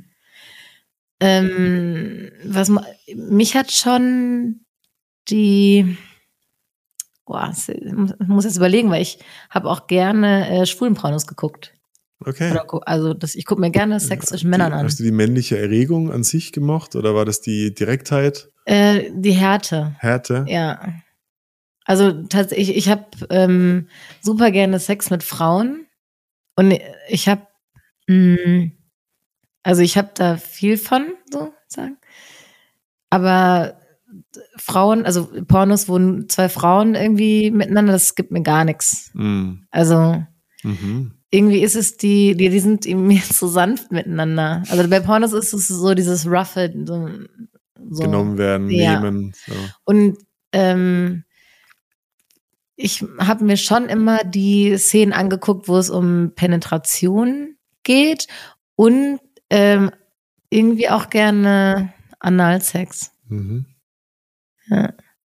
Speaker 3: Ähm, was ma- mich hat schon die, boah, ich muss jetzt überlegen, weil ich habe auch gerne äh, schwulen Pornos geguckt.
Speaker 2: Okay.
Speaker 3: Oder, gu- also das, ich gucke mir gerne Sex zwischen Männern
Speaker 2: die,
Speaker 3: an.
Speaker 2: Hast du die männliche Erregung an sich gemocht oder war das die Direktheit,
Speaker 3: Äh, die Härte.
Speaker 2: Härte?
Speaker 3: Ja. Also tatsächlich, ich habe ähm, super gerne Sex mit Frauen und ich habe, also ich habe da viel von, so sagen. Aber Frauen, also Pornos, wo zwei Frauen irgendwie miteinander, das gibt mir gar nichts.
Speaker 2: Mhm.
Speaker 3: Also
Speaker 2: Mhm.
Speaker 3: irgendwie ist es die, die, die sind irgendwie so sanft miteinander. Also bei Pornos ist es so dieses roughe, so, so.
Speaker 2: Genommen werden,
Speaker 3: Ja.
Speaker 2: nehmen. So.
Speaker 3: Und ähm, ich habe mir schon immer die Szenen angeguckt, wo es um Penetration geht und ähm, irgendwie auch gerne Analsex.
Speaker 2: Mhm.
Speaker 3: Ja.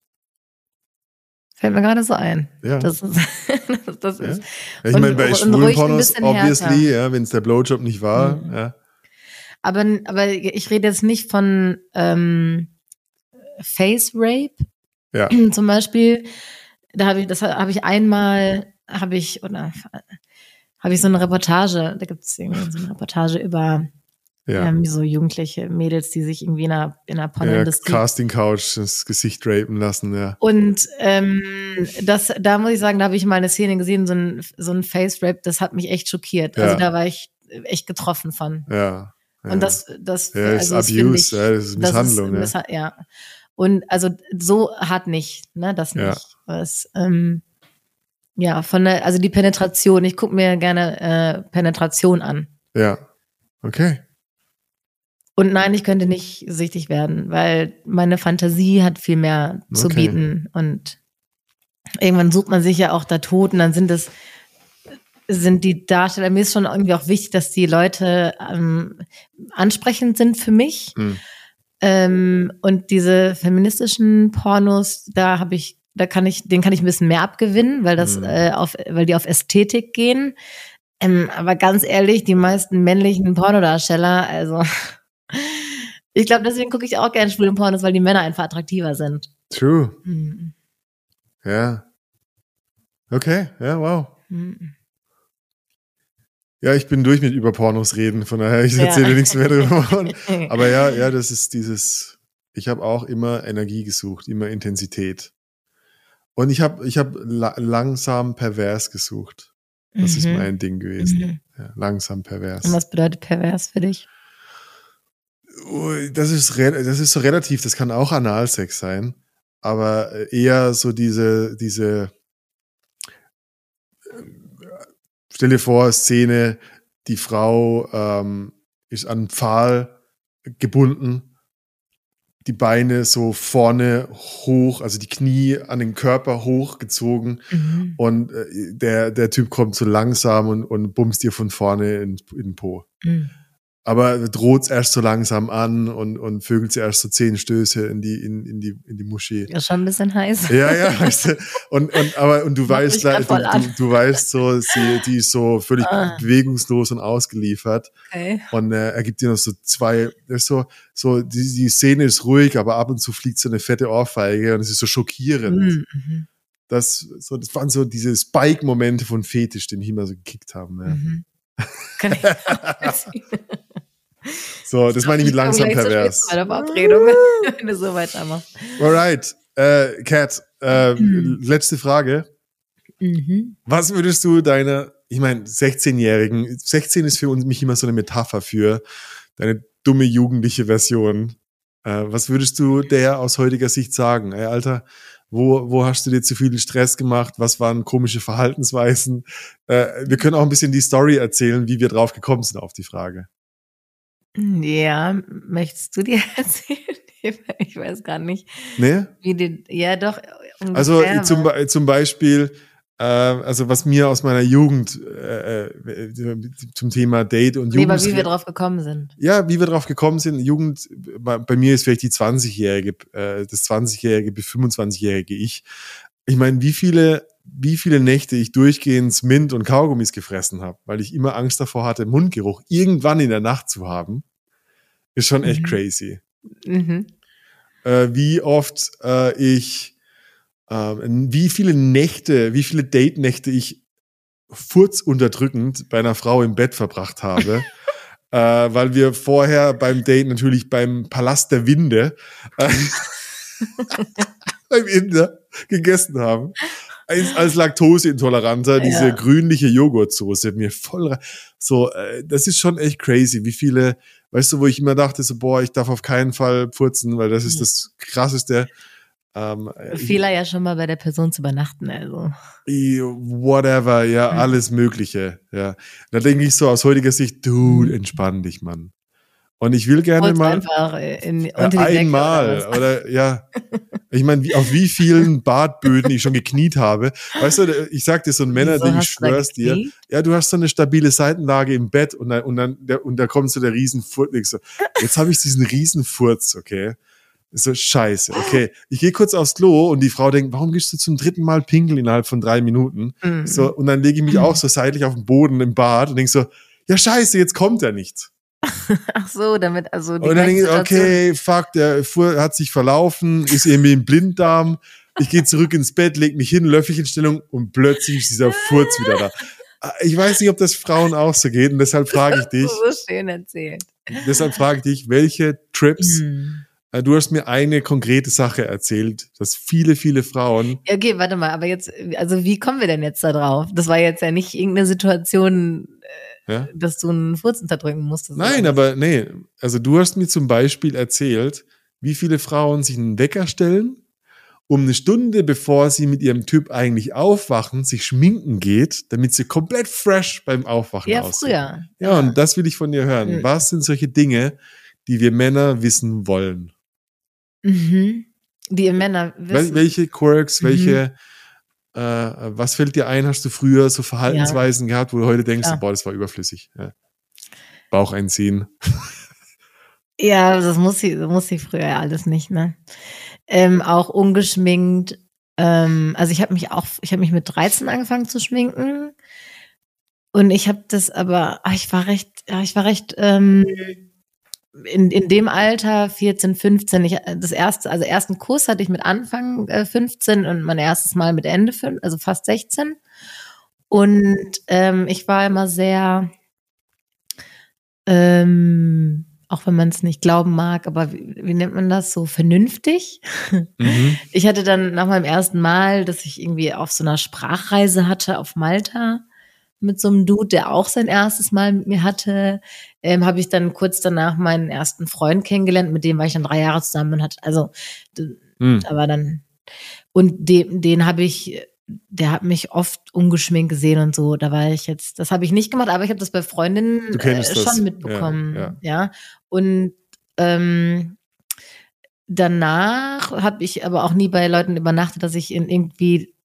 Speaker 3: Fällt mir gerade so ein.
Speaker 2: Ja.
Speaker 3: Das ist, das
Speaker 2: Ja.
Speaker 3: ist
Speaker 2: Ja, ich
Speaker 3: und-
Speaker 2: meine, bei
Speaker 3: und
Speaker 2: schwulen
Speaker 3: ruhig ein
Speaker 2: Pornos,
Speaker 3: bisschen
Speaker 2: obviously,
Speaker 3: härter.
Speaker 2: ja, wenn es der Blowjob nicht war.
Speaker 3: Mhm.
Speaker 2: Ja.
Speaker 3: Aber, aber ich rede jetzt nicht von ähm, Face Rape
Speaker 2: Ja.
Speaker 3: zum Beispiel. Da habe ich, das habe ich einmal, habe ich, oder habe ich so eine Reportage, da gibt es irgendwie so eine Reportage über
Speaker 2: Ja.
Speaker 3: ähm, so jugendliche Mädels, die sich irgendwie in einer, in einer
Speaker 2: ja,
Speaker 3: Pornoindustrie.
Speaker 2: Casting Couch das Gesicht rapen lassen, ja.
Speaker 3: Und ähm, das, da muss ich sagen, da habe ich mal eine Szene gesehen, so ein, so ein Face-Rap, das hat mich echt schockiert.
Speaker 2: Ja.
Speaker 3: Also da war ich echt getroffen von.
Speaker 2: Ja. ja.
Speaker 3: Und das, das,
Speaker 2: ja, das
Speaker 3: also
Speaker 2: ist
Speaker 3: das finde
Speaker 2: Abuse,
Speaker 3: ich,
Speaker 2: ja, das ist Misshandlung.
Speaker 3: das ist,
Speaker 2: ja.
Speaker 3: Missa- ja. Und also so hart nicht, ne, das nicht.
Speaker 2: Ja.
Speaker 3: Was, ähm, ja, von der, also die Penetration, ich gucke mir gerne äh, Penetration an.
Speaker 2: ja, okay.
Speaker 3: Und nein, ich könnte nicht süchtig werden, weil meine Fantasie hat viel mehr zu
Speaker 2: Okay.
Speaker 3: bieten. Und irgendwann sucht man sich ja auch da tot und dann sind es, sind die Darsteller, mir ist schon irgendwie auch wichtig, dass die Leute ähm, ansprechend sind für mich.
Speaker 2: Hm.
Speaker 3: Ähm, und diese feministischen Pornos, da habe ich, da kann ich, den kann ich ein bisschen mehr abgewinnen, weil das
Speaker 2: Mhm.
Speaker 3: äh, auf, weil die auf Ästhetik gehen. Ähm, aber ganz ehrlich, die meisten männlichen Pornodarsteller, also ich glaube, deswegen gucke ich auch gerne schwule Pornos, weil die Männer einfach attraktiver sind.
Speaker 2: True.
Speaker 3: Hm.
Speaker 2: Ja. Okay, ja, wow.
Speaker 3: Hm.
Speaker 2: Ja, ich bin durch mit über Pornos reden, von daher, ich
Speaker 3: Ja.
Speaker 2: erzähle nichts mehr drüber. Aber ja, ja, das ist dieses, ich habe auch immer Energie gesucht, immer Intensität. Und ich habe ich hab la langsam pervers gesucht. Das ist
Speaker 3: Mhm.
Speaker 2: mein Ding gewesen.
Speaker 3: Mhm.
Speaker 2: Ja, langsam pervers.
Speaker 3: Und was bedeutet pervers für dich?
Speaker 2: Ui, Das ist, re- das ist so relativ, das kann auch Analsex sein, aber eher so diese, diese, stell dir vor, Szene, die Frau ähm, ist an einen Pfahl gebunden, die Beine so vorne hoch, also die Knie an den Körper hochgezogen
Speaker 3: Mhm.
Speaker 2: und äh, der, der Typ kommt so langsam und, und bumst dir von vorne in, in den Po.
Speaker 3: Mhm.
Speaker 2: aber droht erst so langsam an und, und vögelt sie erst so zehn Stöße in die, in, in die, in die Moschee.
Speaker 3: Ja, schon ein bisschen heiß.
Speaker 2: Ja, ja, weißt du, und, und, aber, und du weißt, du, du, du weißt so, sie, die ist so völlig ah. bewegungslos und ausgeliefert. Okay. Und äh, er gibt dir noch so zwei, das ist so, so, die, die Szene ist ruhig, aber ab und zu fliegt so eine fette Ohrfeige und es ist so schockierend. Mhm. Das, so, das waren so diese Spike-Momente von Fetisch, den ich immer so gekickt haben. Ja. Mhm. Kann ich so, das meine ich mit langsam pervers.
Speaker 3: Bei der Verabredung, wenn du so weitermachst.
Speaker 2: Alright, äh, Kat, äh, mhm. letzte Frage. Mhm. Was würdest du deiner, ich meine, sechzehnjährigen, sechzehn ist für uns mich immer so eine Metapher für deine dumme jugendliche Version. Äh, was würdest du der aus heutiger Sicht sagen? Ey, Alter, Wo, wo hast du dir zu viel Stress gemacht? Was waren komische Verhaltensweisen? Äh, wir können auch ein bisschen die Story erzählen, wie wir drauf gekommen sind auf die Frage.
Speaker 3: Ja, möchtest du dir erzählen? Ich weiß gar nicht.
Speaker 2: Nee?
Speaker 3: Wie die, ja, doch.
Speaker 2: Also zum, zum Beispiel, äh, also was mir aus meiner Jugend äh, zum Thema Date und Jugend.
Speaker 3: Nee, aber wie wir drauf gekommen sind.
Speaker 2: Ja, wie wir drauf gekommen sind. Jugend, bei, bei mir ist vielleicht die zwanzigjährige, äh, das zwanzigjährige bis fünfundzwanzigjährige Ich. Ich meine, wie viele, wie viele Nächte ich durchgehend Mint und Kaugummis gefressen habe, weil ich immer Angst davor hatte, Mundgeruch irgendwann in der Nacht zu haben, ist schon echt mhm. crazy. Mhm. Äh, wie oft äh, ich Ähm, wie viele Nächte, wie viele Date-Nächte ich furzunterdrückend bei einer Frau im Bett verbracht habe, äh, weil wir vorher beim Date natürlich beim Palast der Winde äh, beim Inder gegessen haben. Als, als Laktoseintoleranter, ja. diese grünliche Joghurtsoße, mir voll, so, äh, das ist schon echt crazy, wie viele, weißt du, wo ich immer dachte, so, boah, ich darf auf keinen Fall furzen, weil das ist mhm. das Krasseste.
Speaker 3: Ähm, Fehler ja schon mal bei der Person zu übernachten, also.
Speaker 2: Whatever, ja, mhm. alles Mögliche, ja. Da denke ich so aus heutiger Sicht, dude, entspann dich, Mann. Und ich will gerne mal
Speaker 3: einfach in,
Speaker 2: äh, einmal oder, oder ja, ich meine, wie, auf wie vielen Badböden ich schon gekniet habe. Weißt du, ich sag dir so ein Männerding, ich schwör's dir. Ja, du hast so eine stabile Seitenlage im Bett und dann, und dann der, und da kommt so der Riesenfurz. Ich so, jetzt habe ich diesen Riesenfurz, okay. So, scheiße, okay. Ich gehe kurz aufs Klo und die Frau denkt, warum gehst du zum dritten Mal pinkeln innerhalb von drei Minuten? Mhm. So, und dann lege ich mich auch so seitlich auf den Boden im Bad und denk so, ja scheiße, jetzt kommt er nicht.
Speaker 3: Ach so, damit, also die
Speaker 2: und dann denke ich, okay, fuck, der fuhr, hat sich verlaufen, ist irgendwie im Blinddarm. Ich gehe zurück ins Bett, leg mich hin, Löffelchenstellung und plötzlich ist dieser Furz wieder da. Ich weiß nicht, ob das Frauen auch so geht und deshalb frage ich dich.
Speaker 3: So schön erzählt.
Speaker 2: Deshalb frage ich dich, welche Trips mhm. Du hast mir eine konkrete Sache erzählt, dass viele, viele Frauen...
Speaker 3: Okay, warte mal, aber jetzt, also wie kommen wir denn jetzt da drauf? Das war jetzt ja nicht irgendeine Situation, ja? dass du einen Furz unterdrücken musstest.
Speaker 2: Nein, aber nee, also du hast mir zum Beispiel erzählt, wie viele Frauen sich einen Wecker stellen, um eine Stunde bevor sie mit ihrem Typ eigentlich aufwachen, sich schminken geht, damit sie komplett fresh beim Aufwachen
Speaker 3: ja,
Speaker 2: aussehen.
Speaker 3: Ja, früher.
Speaker 2: Ja, und das will ich von dir hören. Mhm. Was sind solche Dinge, die wir Männer wissen wollen?
Speaker 3: Mhm. Die ihr Männer wissen.
Speaker 2: Welche Quirks, mhm. welche, äh, was fällt dir ein, hast du früher so Verhaltensweisen ja. gehabt, wo du heute denkst, ja. boah, das war überflüssig. Ja. Bauch einziehen.
Speaker 3: Ja, das muss ich, das muss ich früher ja alles nicht, ne? Ähm, auch ungeschminkt. Ähm, also ich habe mich auch, ich habe mich mit dreizehn angefangen zu schminken. Und ich habe das aber, ach, ich war recht, ja, ich war recht, ähm, In, in dem Alter, vierzehn, fünfzehn, ich, das erste, also ersten Kurs hatte ich mit Anfang äh, fünfzehn und mein erstes Mal mit Ende fünf, also fast sechzehn. Und ähm, ich war immer sehr, ähm, auch wenn man es nicht glauben mag, aber wie, wie nennt man das, so vernünftig? Mhm. Ich hatte dann nach meinem ersten Mal, dass ich irgendwie auf so einer Sprachreise hatte auf Malta, mit so einem Dude, der auch sein erstes Mal mit mir hatte, ähm, habe ich dann kurz danach meinen ersten Freund kennengelernt, mit dem war ich dann drei Jahre zusammen und hat, also, hm. da war dann, und den, den habe ich, der hat mich oft ungeschminkt gesehen und so, da war ich jetzt, das habe ich nicht gemacht, aber ich habe das bei Freundinnen äh, schon das. mitbekommen, ja, ja. ja. Und ähm, danach habe ich aber auch nie bei Leuten übernachtet, dass ich in irgendwie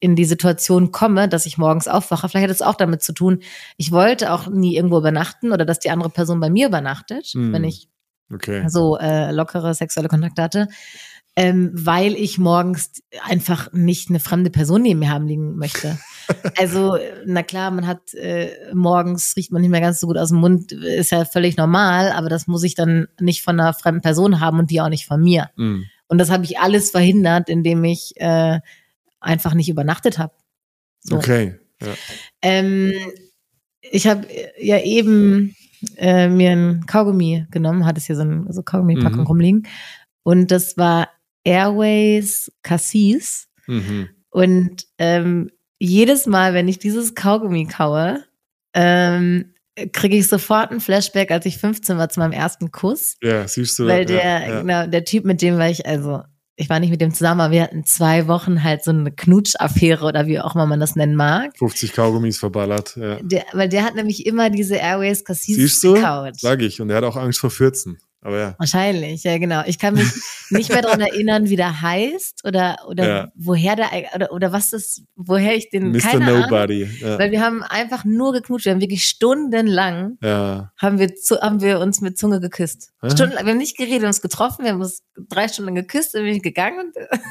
Speaker 3: in die Situation komme, dass ich morgens aufwache. Vielleicht hat es auch damit zu tun, ich wollte auch nie irgendwo übernachten oder dass die andere Person bei mir übernachtet, mm. wenn ich
Speaker 2: okay.
Speaker 3: so äh, lockere sexuelle Kontakte hatte. Ähm, weil ich morgens einfach nicht eine fremde Person neben mir haben liegen möchte. Also, na klar, man hat äh, morgens riecht man nicht mehr ganz so gut aus dem Mund, ist ja völlig normal, aber das muss ich dann nicht von einer fremden Person haben und die auch nicht von mir. Mm. Und das habe ich alles verhindert, indem ich äh, einfach nicht übernachtet habe. So.
Speaker 2: Okay. Ja.
Speaker 3: Ähm, ich habe ja eben äh, mir ein Kaugummi genommen, hatte es hier so eine so Kaugummi-Packung mhm. rumliegen. Und das war Airways Cassis. Mhm. Und ähm, jedes Mal, wenn ich dieses Kaugummi kaue, ähm, kriege ich sofort ein Flashback, als ich fünfzehn war, zu meinem ersten Kuss.
Speaker 2: Ja, siehst du.
Speaker 3: Weil der,
Speaker 2: ja, ja.
Speaker 3: genau, der Typ, mit dem war ich, also ich war nicht mit dem zusammen, aber wir hatten zwei Wochen halt so eine Knutsch-Affäre oder wie auch immer man das nennen mag.
Speaker 2: fünfzig Kaugummis verballert, ja.
Speaker 3: Der, weil der hat nämlich immer diese Airways Cassis
Speaker 2: Siehst du?
Speaker 3: gekaut.
Speaker 2: Sag ich. Und er hat auch Angst vor vierzehn. Aber ja.
Speaker 3: Wahrscheinlich, ja genau. Ich kann mich nicht mehr daran erinnern, wie der heißt oder oder ja. woher der oder oder was das, woher ich den
Speaker 2: Mister
Speaker 3: keine
Speaker 2: Nobody.
Speaker 3: Ahnung,
Speaker 2: ja.
Speaker 3: Weil wir haben einfach nur geknutscht. Wir haben wirklich stundenlang
Speaker 2: ja.
Speaker 3: haben wir zu, haben wir uns mit Zunge geküsst. Aha. Stundenlang. Wir haben nicht geredet, wir haben uns getroffen, wir haben uns drei Stunden geküsst, dann bin ich gegangen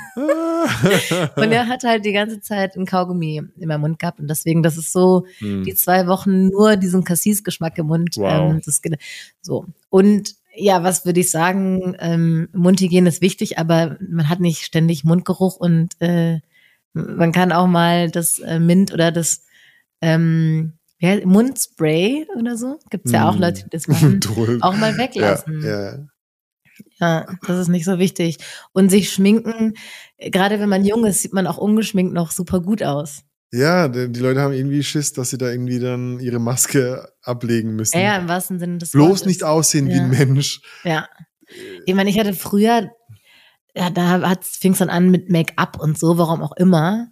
Speaker 3: und, und er hat halt die ganze Zeit ein Kaugummi in meinem Mund gehabt und deswegen, das ist so hm. die zwei Wochen nur diesen Cassis-Geschmack im Mund.
Speaker 2: Wow.
Speaker 3: Ähm, das, so und ja, was würde ich sagen? Ähm, Mundhygiene ist wichtig, aber man hat nicht ständig Mundgeruch und äh, man kann auch mal das äh, Mint oder das ähm, ja, Mundspray oder so, gibt's ja auch Leute, die das machen, auch mal weglassen.
Speaker 2: Ja, ja.
Speaker 3: Ja, das ist nicht so wichtig. Und sich schminken, gerade wenn man jung ist, sieht man auch ungeschminkt noch super gut aus.
Speaker 2: Ja, die Leute haben irgendwie Schiss, dass sie da irgendwie dann ihre Maske ablegen müssen.
Speaker 3: Ja, ja, im wahrsten Sinne des
Speaker 2: Bloß
Speaker 3: Wortes.
Speaker 2: nicht aussehen
Speaker 3: ja.
Speaker 2: wie ein Mensch.
Speaker 3: Ja. Ich meine, ich hatte früher, ja, da fing es dann an mit Make-up und so, warum auch immer.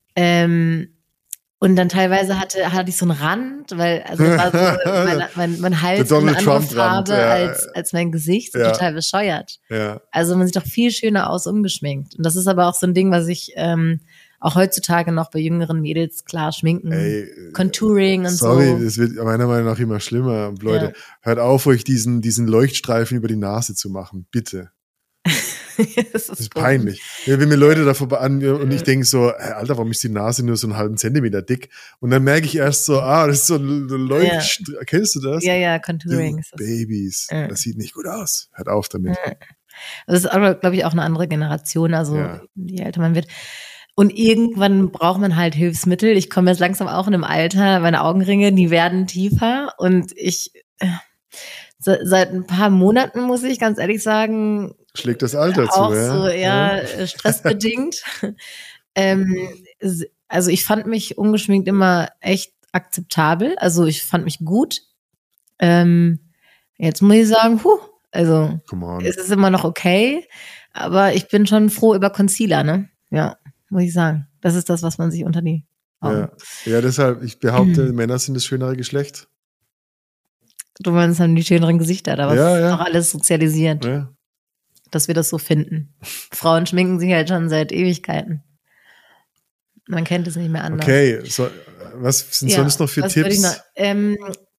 Speaker 3: Ähm, und dann teilweise hatte, hatte ich so einen Rand, weil also war so, mein, mein, mein Hals eine andere Farbe ja. als, als mein Gesicht, so ja. total bescheuert.
Speaker 2: Ja.
Speaker 3: Also man sieht doch viel schöner aus ungeschminkt. Und das ist aber auch so ein Ding, was ich ähm, auch heutzutage noch bei jüngeren Mädels klar schminken, Ey, Contouring und
Speaker 2: sorry,
Speaker 3: so.
Speaker 2: Sorry, das wird meiner Meinung nach immer schlimmer. Und Leute,
Speaker 3: ja.
Speaker 2: hört auf, euch diesen, diesen Leuchtstreifen über die Nase zu machen. Bitte. das ist, das ist peinlich. Ja, wenn mir Leute da vorbei an und ich denke so, hey, Alter, warum ist die Nase nur so einen halben Zentimeter dick? Und dann merke ich erst so, ah, das ist so ein Leuchtstreifen. Ja. Kennst du das?
Speaker 3: Ja, ja, Contouring.
Speaker 2: Ist das. Babys, ja. das sieht nicht gut aus. Hört auf damit.
Speaker 3: Ja. Das ist aber, glaube ich, auch eine andere Generation, also ja. je älter man wird. Und irgendwann braucht man halt Hilfsmittel. Ich komme jetzt langsam auch in einem Alter, meine Augenringe, die werden tiefer. Und ich, so, seit ein paar Monaten, muss ich ganz ehrlich sagen,
Speaker 2: schlägt das Alter
Speaker 3: auch
Speaker 2: zu, ja?
Speaker 3: so, ja, ja. stressbedingt. ähm, also ich fand mich ungeschminkt immer echt akzeptabel. Also ich fand mich gut. Ähm, jetzt muss ich sagen, huh, also es ist immer noch okay. Aber ich bin schon froh über Concealer, ne? Ja. Muss ich sagen. Das ist das, was man sich unter die Augen.
Speaker 2: Ja, ja deshalb, ich behaupte, mhm. Männer sind das schönere Geschlecht.
Speaker 3: Du meinst, haben die schöneren Gesichter, aber
Speaker 2: ja,
Speaker 3: es ist
Speaker 2: ja.
Speaker 3: auch alles sozialisiert,
Speaker 2: ja.
Speaker 3: dass wir das so finden. Frauen schminken sich halt schon seit Ewigkeiten. Man kennt es nicht mehr anders.
Speaker 2: Okay, so, was sind ja, sonst noch für
Speaker 3: was
Speaker 2: Tipps?
Speaker 3: Ich noch, ähm,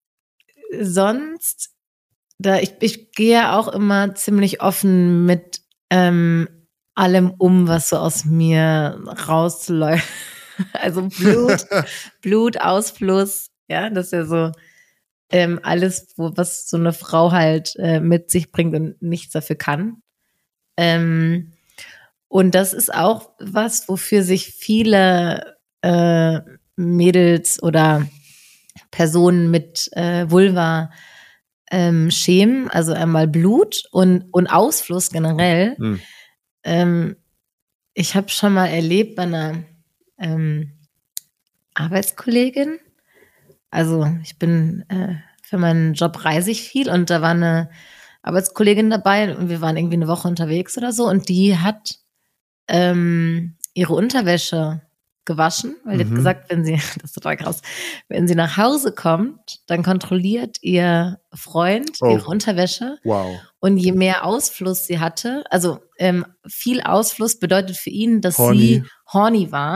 Speaker 3: sonst, da ich, ich gehe ja auch immer ziemlich offen mit ähm, allem um, was so aus mir rausläuft. Also Blut, Blutausfluss, ja, das ist ja so ähm, alles, wo, was so eine Frau halt äh, mit sich bringt und nichts dafür kann. Ähm, und das ist auch was, wofür sich viele äh, Mädels oder Personen mit äh, Vulva ähm, schämen. Also einmal Blut und, und Ausfluss generell. Hm. Ähm, ich habe schon mal erlebt bei einer ähm, Arbeitskollegin, also ich bin äh, für meinen Job reise ich viel und da war eine Arbeitskollegin dabei und wir waren irgendwie eine Woche unterwegs oder so und die hat ähm, ihre Unterwäsche gewaschen, weil die mhm. hat gesagt, wenn sie, das ist total krass, wenn sie nach Hause kommt, dann kontrolliert ihr Freund oh. ihre Unterwäsche.
Speaker 2: Wow.
Speaker 3: Und je mehr Ausfluss sie hatte, also ähm, viel Ausfluss bedeutet für ihn, dass
Speaker 2: horny.
Speaker 3: sie horny war.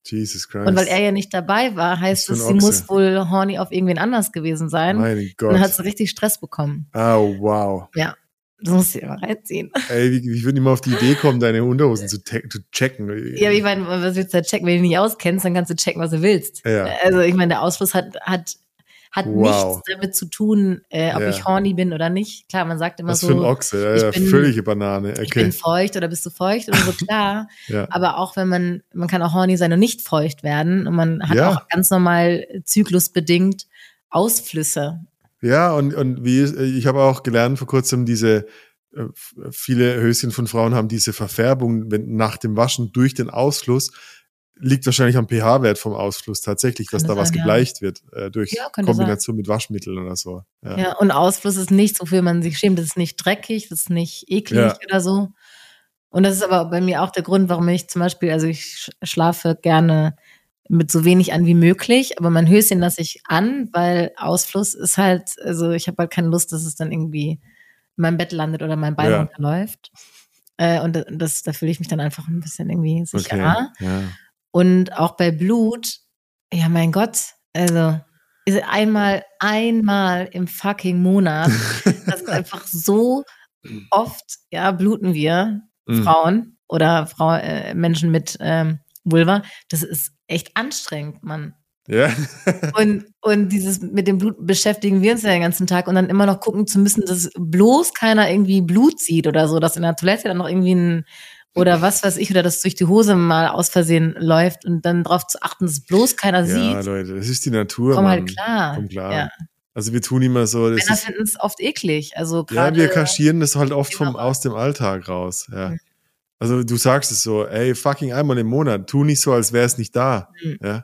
Speaker 2: Jesus Christ.
Speaker 3: Und weil er ja nicht dabei war, heißt es, sie muss wohl horny auf irgendwen anders gewesen sein.
Speaker 2: Mein Gott.
Speaker 3: Und dann hat sie richtig Stress bekommen.
Speaker 2: Oh, wow.
Speaker 3: Ja, das musst du dir mal reinziehen.
Speaker 2: Ey, wie, ich würde nicht mal auf die Idee kommen, deine Unterhosen zu, te- zu checken.
Speaker 3: Ja, ich meine, was willst du da checken? Wenn du dich nicht auskennst, dann kannst du checken, was du willst.
Speaker 2: Ja.
Speaker 3: Also ich meine, der Ausfluss hat, hat, hat
Speaker 2: Wow.
Speaker 3: nichts damit zu tun, äh, ob
Speaker 2: Ja.
Speaker 3: ich horny bin oder nicht. Klar, man sagt immer
Speaker 2: Was
Speaker 3: so,
Speaker 2: für ein Ochse, ja, ja,
Speaker 3: ich bin-
Speaker 2: völlige Banane. Okay.
Speaker 3: ich bin feucht oder bist du feucht oder so, klar.
Speaker 2: Ja.
Speaker 3: Aber auch wenn man, man kann auch horny sein und nicht feucht werden. Und man hat
Speaker 2: Ja.
Speaker 3: auch ganz normal zyklusbedingt Ausflüsse.
Speaker 2: Ja, und, und wie ich habe auch gelernt vor kurzem, diese äh, viele Höschen von Frauen haben diese Verfärbung, wenn nach dem Waschen durch den Ausfluss, liegt wahrscheinlich am pH-Wert vom Ausfluss tatsächlich, dass
Speaker 3: Könnte
Speaker 2: da was
Speaker 3: sein, ja.
Speaker 2: gebleicht wird äh, durch
Speaker 3: Ja, könnte
Speaker 2: Kombination mit Waschmitteln oder so. Ja.
Speaker 3: Ja, und Ausfluss ist nichts, wofür man sich schämt. Das ist nicht dreckig, das ist nicht eklig
Speaker 2: Ja.
Speaker 3: oder so. Und das ist aber bei mir auch der Grund, warum ich zum Beispiel, also ich sch- schlafe gerne mit so wenig an wie möglich, aber mein Höschen lasse ich an, weil Ausfluss ist halt, also ich habe halt keine Lust, dass es dann irgendwie in meinem Bett landet oder mein Bein
Speaker 2: Ja.
Speaker 3: runterläuft. Äh, und das, da fühle ich mich dann einfach ein bisschen irgendwie sicherer.
Speaker 2: Okay. Ja.
Speaker 3: Und auch bei Blut, ja mein Gott, also ist einmal, einmal im fucking Monat, das ist einfach so oft, ja, bluten wir,
Speaker 2: Mhm.
Speaker 3: Frauen oder Frau, äh, Menschen mit ähm, Vulva, das ist echt anstrengend, Mann.
Speaker 2: Ja.
Speaker 3: Und, und dieses mit dem Blut beschäftigen wir uns ja den ganzen Tag und dann immer noch gucken zu müssen, dass bloß keiner irgendwie Blut sieht oder so, dass in der Toilette dann noch irgendwie ein, oder was weiß ich, oder dass durch die Hose mal aus Versehen läuft und dann darauf zu achten, dass bloß keiner
Speaker 2: Ja,
Speaker 3: sieht.
Speaker 2: Leute, das ist die Natur,
Speaker 3: Komm
Speaker 2: Mann.
Speaker 3: halt klar.
Speaker 2: Komm klar.
Speaker 3: Ja.
Speaker 2: Also wir tun immer so, das
Speaker 3: Männer
Speaker 2: ist,
Speaker 3: finden es oft eklig. Also
Speaker 2: ja,
Speaker 3: gerade,
Speaker 2: wir kaschieren das halt oft vom,
Speaker 3: Immer.
Speaker 2: aus dem Alltag raus. Ja.
Speaker 3: Mhm.
Speaker 2: Also du sagst es so, ey, fucking einmal im Monat, tu nicht so, als wäre es nicht da.
Speaker 3: Mhm.
Speaker 2: Ja.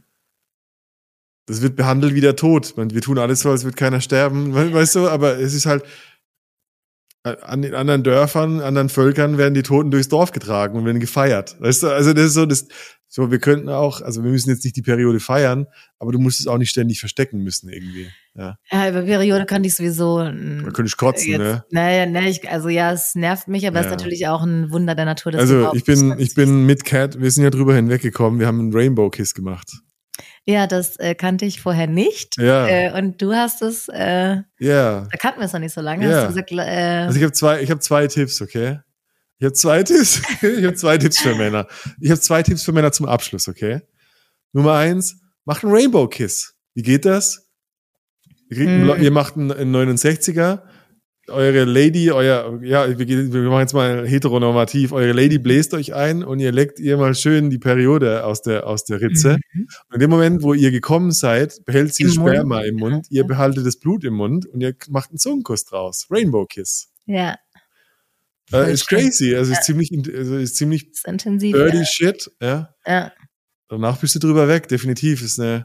Speaker 2: Das wird behandelt wie der Tod. Man, wir tun alles so, als würde keiner sterben, we- weißt du, aber es ist halt, äh, an den anderen Dörfern, anderen Völkern werden die Toten durchs Dorf getragen und werden gefeiert. Weißt du, also das ist so, das, so, wir könnten auch, also wir müssen jetzt nicht die Periode feiern, aber du musst es auch nicht ständig verstecken müssen irgendwie. Ja.
Speaker 3: ja, über Periode kann ich sowieso. mm,
Speaker 2: Da könnte ich kotzen,
Speaker 3: jetzt,
Speaker 2: ne?
Speaker 3: Naja, ne, ich, also ja, es nervt mich, aber es
Speaker 2: Ja.
Speaker 3: ist natürlich auch ein Wunder der Natur. Dass
Speaker 2: Also
Speaker 3: überhaupt
Speaker 2: ich bin,
Speaker 3: nicht
Speaker 2: ich bin mit Cat, wir sind ja drüber hinweggekommen, wir haben einen Rainbow Kiss gemacht.
Speaker 3: Ja, das äh, kannte ich vorher nicht.
Speaker 2: Ja.
Speaker 3: Äh, und du hast es, äh,
Speaker 2: Ja.
Speaker 3: da kannten wir es noch nicht so lange.
Speaker 2: Ja.
Speaker 3: Hast du gesagt, äh,
Speaker 2: Also ich habe zwei, ich habe zwei Tipps, okay? Ich habe zwei Tipps. Ich habe zwei Tipps für Männer. Ich habe zwei Tipps für Männer zum Abschluss, okay? Nummer eins, macht einen Rainbow Kiss. Wie geht das? Ihr, kriegt einen,
Speaker 3: Mm.
Speaker 2: ihr macht einen, einen neunundsechziger, eure Lady, euer, ja, wir, gehen- wir machen jetzt mal heteronormativ, eure Lady bläst euch ein und ihr leckt ihr mal schön die Periode aus der, aus der Ritze.
Speaker 3: Mhm.
Speaker 2: Und in dem Moment, wo ihr gekommen seid, behält sie
Speaker 3: Im
Speaker 2: das
Speaker 3: Mund.
Speaker 2: Sperma im Mund, ihr behaltet das Blut im Mund und ihr macht einen Zungenkuss draus. Rainbow Kiss.
Speaker 3: ja,
Speaker 2: Äh,
Speaker 3: Voll
Speaker 2: ist
Speaker 3: schön.
Speaker 2: crazy, also ist ziemlich, in- also ist ziemlich
Speaker 3: ist intensiv.
Speaker 2: dirty shit, ja.
Speaker 3: Ja.
Speaker 2: Danach bist du drüber weg, definitiv. Ist eine,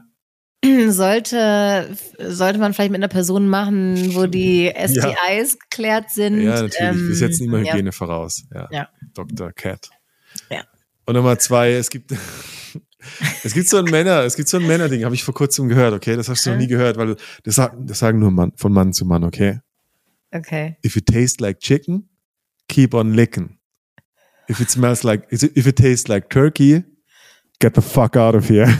Speaker 3: Sollte, sollte man vielleicht mit einer Person machen, wo die S T Is geklärt sind.
Speaker 2: ja, natürlich. Wir
Speaker 3: ähm,
Speaker 2: setzen immer
Speaker 3: ja.
Speaker 2: Hygiene voraus. Ja.
Speaker 3: Ja.
Speaker 2: Doktor Cat.
Speaker 3: Ja.
Speaker 2: Und Nummer zwei, es gibt, es gibt so ein Männer, es gibt so ein Männerding, habe ich vor kurzem gehört, okay? Das hast du noch
Speaker 3: Ja.
Speaker 2: nie gehört, weil das sagen, das sagen nur Mann, von Mann zu Mann, okay?
Speaker 3: Okay.
Speaker 2: If it tastes like chicken, keep on licking. If it smells like, if it tastes like turkey, get the fuck out of here.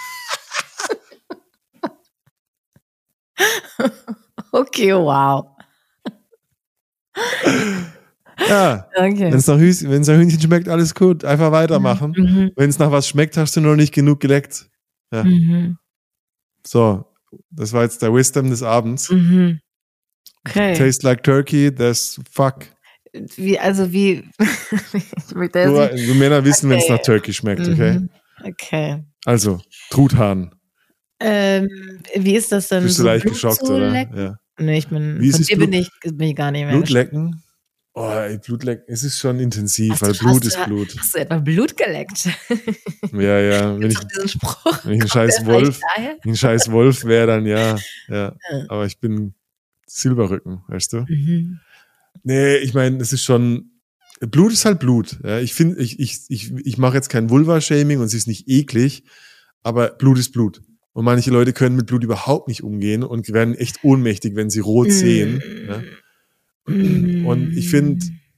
Speaker 3: Okay, wow.
Speaker 2: Ja.
Speaker 3: Okay.
Speaker 2: Wenn es nach, Hüs- wenn's nach Hühnchen schmeckt, alles gut. Einfach weitermachen.
Speaker 3: Mhm.
Speaker 2: Wenn es nach was schmeckt, hast du noch nicht genug geleckt. Ja.
Speaker 3: Mhm.
Speaker 2: So, das war jetzt der Wisdom des Abends.
Speaker 3: Mhm. Okay.
Speaker 2: Taste like turkey, that's fuck.
Speaker 3: Wie, also wie. ich möchte
Speaker 2: Du,
Speaker 3: jetzt nicht-
Speaker 2: du Männer wissen, wenn es
Speaker 3: Okay.
Speaker 2: nach Turkey schmeckt, okay?
Speaker 3: Mhm. Okay.
Speaker 2: Also, Truthahn.
Speaker 3: Ähm, wie ist das denn?
Speaker 2: Bist du
Speaker 3: so
Speaker 2: leicht
Speaker 3: Blut
Speaker 2: geschockt,
Speaker 3: zu
Speaker 2: oder?
Speaker 3: lecken?
Speaker 2: Ja.
Speaker 3: Nee, ich bin,
Speaker 2: Wie ist
Speaker 3: von
Speaker 2: es
Speaker 3: dir
Speaker 2: Blut-
Speaker 3: bin ich, bin ich gar nicht mehr.
Speaker 2: Blutlecken? Oh, ey, Blutlecken, es ist schon intensiv,
Speaker 3: Hast
Speaker 2: weil
Speaker 3: du-
Speaker 2: Blut
Speaker 3: hast
Speaker 2: ist
Speaker 3: du-
Speaker 2: Blut.
Speaker 3: Hast du etwa Blut geleckt?
Speaker 2: Ja, ja. Wenn
Speaker 3: Gibt's
Speaker 2: ich,
Speaker 3: doch diesen Spruch?
Speaker 2: wenn ich ein
Speaker 3: Kommt
Speaker 2: scheiß
Speaker 3: der
Speaker 2: Wolf,
Speaker 3: vielleicht daher?
Speaker 2: wenn ich ein scheiß Wolf wäre, dann ja. ja.
Speaker 3: Ja.
Speaker 2: Aber ich bin Silberrücken, weißt du?
Speaker 3: Mhm.
Speaker 2: Nee, ich meine, es ist schon, Blut ist halt Blut. Ja, ich finde, ich, ich, ich, ich mache jetzt kein Vulva-Shaming und es ist nicht eklig, aber Blut ist Blut. Und manche Leute können mit Blut überhaupt nicht umgehen und werden echt ohnmächtig, wenn sie rot sehen. Ja.
Speaker 3: Mhm.
Speaker 2: Und ich finde,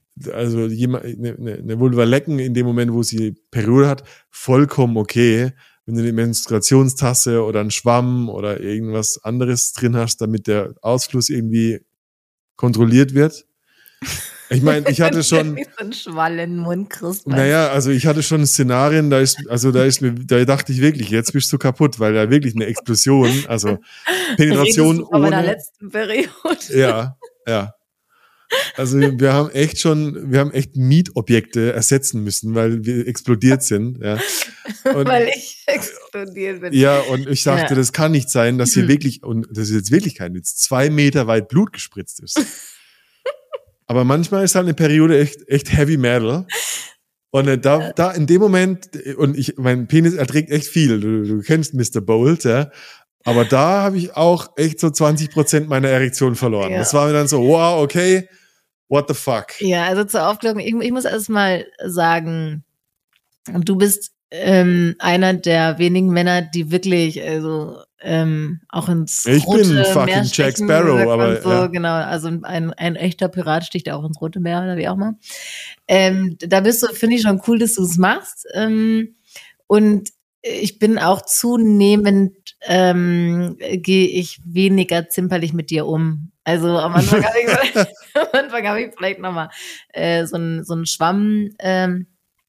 Speaker 2: also jemand, eine, eine Vulva lecken in dem Moment, wo sie Periode hat, vollkommen okay. Wenn du eine Menstruationstasse oder einen Schwamm oder irgendwas anderes drin hast, damit der Ausfluss irgendwie kontrolliert wird. Ich meine, ich hatte schon.
Speaker 3: so ein Schwall in den Mund kriegst.
Speaker 2: Naja, also ich hatte schon Szenarien, da ist, also da ist mir, da dachte ich wirklich, jetzt bist du kaputt, weil da wirklich eine Explosion, also Penetration
Speaker 3: Redest du von
Speaker 2: ohne.
Speaker 3: meiner letzten Periode.
Speaker 2: Ja, ja. Also wir haben echt schon, wir haben echt Mietobjekte ersetzen müssen, weil wir explodiert sind. Ja. Und,
Speaker 3: weil ich explodiert bin.
Speaker 2: Ja, und ich dachte,
Speaker 3: ja.
Speaker 2: das kann nicht sein, dass hier wirklich, und das ist jetzt wirklich kein Witz, zwei Meter weit Blut gespritzt ist. Aber manchmal ist halt eine Periode echt, echt Heavy Metal. Und äh, da, da in dem Moment, und ich, mein Penis erträgt echt viel. Du, du kennst Mister Bolt, ja. Aber da habe ich auch echt so zwanzig Prozent meiner Erektion verloren.
Speaker 3: Ja.
Speaker 2: Das war mir dann so, wow, okay. What the fuck?
Speaker 3: Ja, also zur Aufklärung, ich, ich muss erst mal sagen, du bist ähm, einer der wenigen Männer, die wirklich, also ähm, auch ins
Speaker 2: Ich
Speaker 3: rote
Speaker 2: bin
Speaker 3: Meer
Speaker 2: fucking
Speaker 3: stechen,
Speaker 2: Jack Sparrow,
Speaker 3: sagt man
Speaker 2: aber
Speaker 3: so,
Speaker 2: ja.
Speaker 3: genau, also ein, ein echter Pirat sticht auch ins Rote Meer oder wie auch immer. Ähm, da bist du, finde ich schon cool, dass du es machst. Ähm, und ich bin auch zunehmend, ähm, gehe ich weniger zimperlich mit dir um. Also am Anfang habe ich, am Anfang hab ich vielleicht nochmal äh, so einen so einen Schwamm ähm,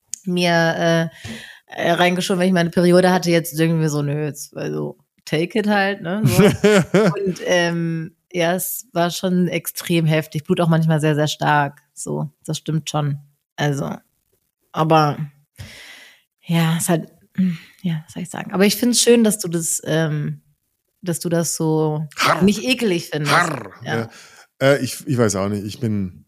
Speaker 3: mir äh, äh, reingeschoben, wenn ich meine Periode hatte. Jetzt irgendwie so, nö, jetzt, also take it halt. Ne? So. Und ähm, ja, es war schon extrem heftig. Blut auch manchmal sehr, sehr stark. So, das stimmt schon. Also, aber ja, es ist halt, ja, was soll ich sagen. Aber ich finde es schön, dass du das, ähm, dass du das so
Speaker 2: Harr.
Speaker 3: nicht ekelig findest.
Speaker 2: Harr.
Speaker 3: Ja.
Speaker 2: Ja. Äh, ich, ich weiß auch nicht, ich bin.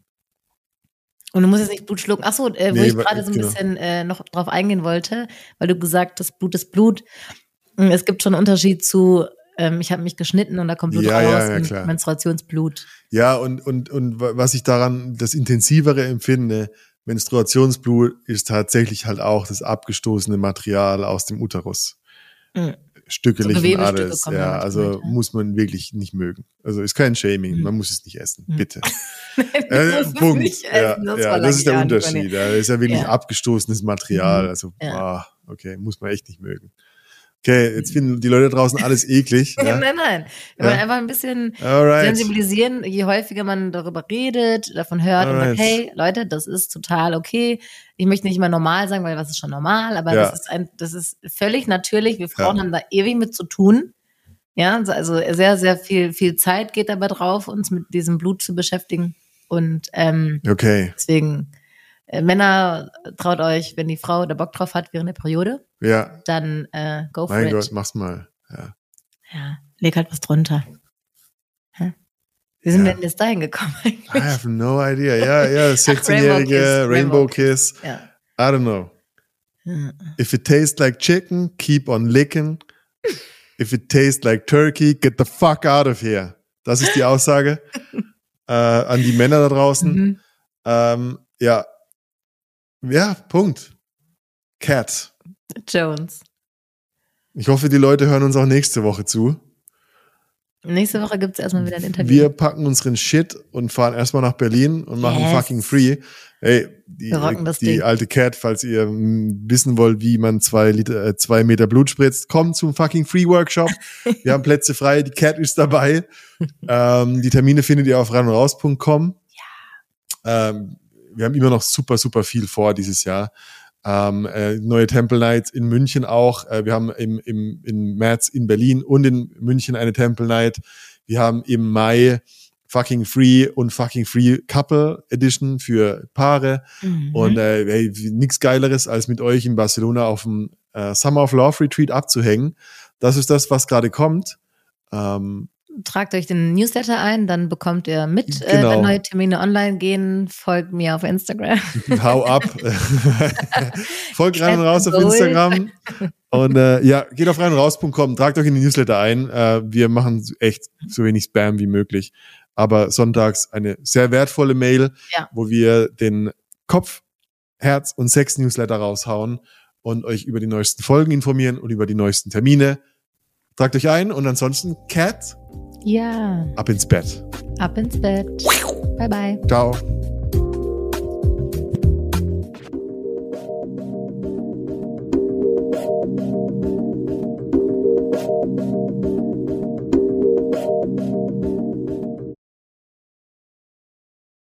Speaker 3: Und du musst jetzt nicht Blut schlucken. Achso, äh, wo
Speaker 2: Nee,
Speaker 3: ich gerade so ein
Speaker 2: genau.
Speaker 3: bisschen äh, noch drauf eingehen wollte, weil du gesagt hast, Blut ist Blut. Es gibt schon einen Unterschied zu, ähm, ich habe mich geschnitten und da kommt Blut
Speaker 2: Ja,
Speaker 3: raus
Speaker 2: ja, ja,
Speaker 3: und
Speaker 2: klar.
Speaker 3: Menstruationsblut.
Speaker 2: Ja, und, und, und was ich daran das intensivere empfinde, Menstruationsblut ist tatsächlich halt auch das abgestoßene Material aus dem Uterus.
Speaker 3: Mhm.
Speaker 2: Stückelich
Speaker 3: So
Speaker 2: und
Speaker 3: Gewebestücke
Speaker 2: alles.
Speaker 3: kommen
Speaker 2: Ja,
Speaker 3: da
Speaker 2: also
Speaker 3: manchmal mit, ja.
Speaker 2: muss man wirklich nicht mögen. Also ist kein Shaming,
Speaker 3: Mhm.
Speaker 2: man muss es nicht essen,
Speaker 3: Mhm.
Speaker 2: bitte.
Speaker 3: Du
Speaker 2: Äh,
Speaker 3: musst es
Speaker 2: Punkt.
Speaker 3: nicht
Speaker 2: Ja,
Speaker 3: essen, das
Speaker 2: ja,
Speaker 3: verlange
Speaker 2: das ist
Speaker 3: ich
Speaker 2: der
Speaker 3: auch nicht von
Speaker 2: Unterschied.
Speaker 3: dir.
Speaker 2: Ja, das ist ja wirklich
Speaker 3: Ja.
Speaker 2: abgestoßenes Material.
Speaker 3: Mhm.
Speaker 2: Also,
Speaker 3: Ja.
Speaker 2: boah, okay, muss man echt nicht mögen. Okay, jetzt finden die Leute draußen alles eklig. Ja?
Speaker 3: Nein, nein. Wir
Speaker 2: Ja.
Speaker 3: wollen einfach ein bisschen
Speaker 2: Alright.
Speaker 3: sensibilisieren, je häufiger man darüber redet, davon hört und
Speaker 2: Alright.
Speaker 3: sagt, hey, Leute, das ist total okay. Ich möchte nicht immer normal sagen, weil was ist schon normal, aber
Speaker 2: Ja.
Speaker 3: das ist ein, das ist völlig natürlich. Wir Frauen
Speaker 2: Ja.
Speaker 3: haben da ewig mit zu tun. Ja, also sehr, sehr viel, viel Zeit geht dabei drauf, uns mit diesem Blut zu beschäftigen. Und ähm,
Speaker 2: Okay,
Speaker 3: deswegen, äh, Männer, traut euch, wenn die Frau da Bock drauf hat während der Periode,
Speaker 2: ja,
Speaker 3: dann äh, go for
Speaker 2: mein
Speaker 3: it.
Speaker 2: Gott, mach's mal. Ja.
Speaker 3: Ja, leg halt was drunter. Hä? Wie sind
Speaker 2: Ja.
Speaker 3: wir denn jetzt dahin gekommen
Speaker 2: I
Speaker 3: eigentlich?
Speaker 2: have no idea. Ja, ja, sechzehnjährige
Speaker 3: Rainbow
Speaker 2: Rainbow
Speaker 3: Kiss,
Speaker 2: Kiss.
Speaker 3: Ja.
Speaker 2: I don't know.
Speaker 3: Ja.
Speaker 2: If it tastes like chicken, keep on licking. If it tastes like turkey, get the fuck out of here. Das ist die Aussage äh, an die Männer da draußen.
Speaker 3: Mhm.
Speaker 2: Ähm, ja. Ja, Punkt. Cat.
Speaker 3: Jones.
Speaker 2: Ich hoffe, die Leute hören uns auch nächste Woche zu.
Speaker 3: Nächste Woche gibt es erstmal wieder ein Interview.
Speaker 2: Wir packen unseren Shit und fahren erstmal nach Berlin und machen
Speaker 3: Yes.
Speaker 2: fucking free. Hey, die,
Speaker 3: Wir rocken das
Speaker 2: die
Speaker 3: Ding.
Speaker 2: alte Cat, falls ihr mm, wissen wollt, wie man zwei Liter, äh, zwei Meter Blut spritzt, kommt zum fucking Free Workshop. Wir haben Plätze frei, die Cat ist dabei. ähm, die Termine findet ihr auf rein und raus punkt com. Ja. Ähm, wir haben immer noch super, super viel vor dieses Jahr. Ähm, äh, neue Temple Night in München auch. Äh, wir haben im, im, im März in Berlin und in München eine Temple Night. Wir haben im Mai fucking Free und fucking Free Couple Edition für Paare.
Speaker 3: Mhm.
Speaker 2: Und äh, hey, nichts Geileres, als mit euch in Barcelona auf dem äh, Summer of Love Retreat abzuhängen. Das ist das, was gerade kommt. Ähm,
Speaker 3: Tragt euch den Newsletter ein, dann bekommt ihr mit,
Speaker 2: Genau.
Speaker 3: äh, wenn neue Termine online gehen. Folgt mir auf Instagram.
Speaker 2: Hau ab. Folgt rein und raus auf
Speaker 3: Gold.
Speaker 2: Instagram. Und äh, ja, geht auf rein und raus punkt com, tragt euch in den Newsletter ein. Äh, wir machen echt so wenig Spam wie möglich. Aber sonntags eine sehr wertvolle Mail,
Speaker 3: Ja.
Speaker 2: wo wir den Kopf, Herz und Sex-Newsletter raushauen und euch über die neuesten Folgen informieren und über die neuesten Termine. Tragt euch ein und ansonsten, Cat,
Speaker 3: Ja,
Speaker 2: ab ins Bett.
Speaker 3: ab ins Bett. Bye, bye.
Speaker 2: Ciao.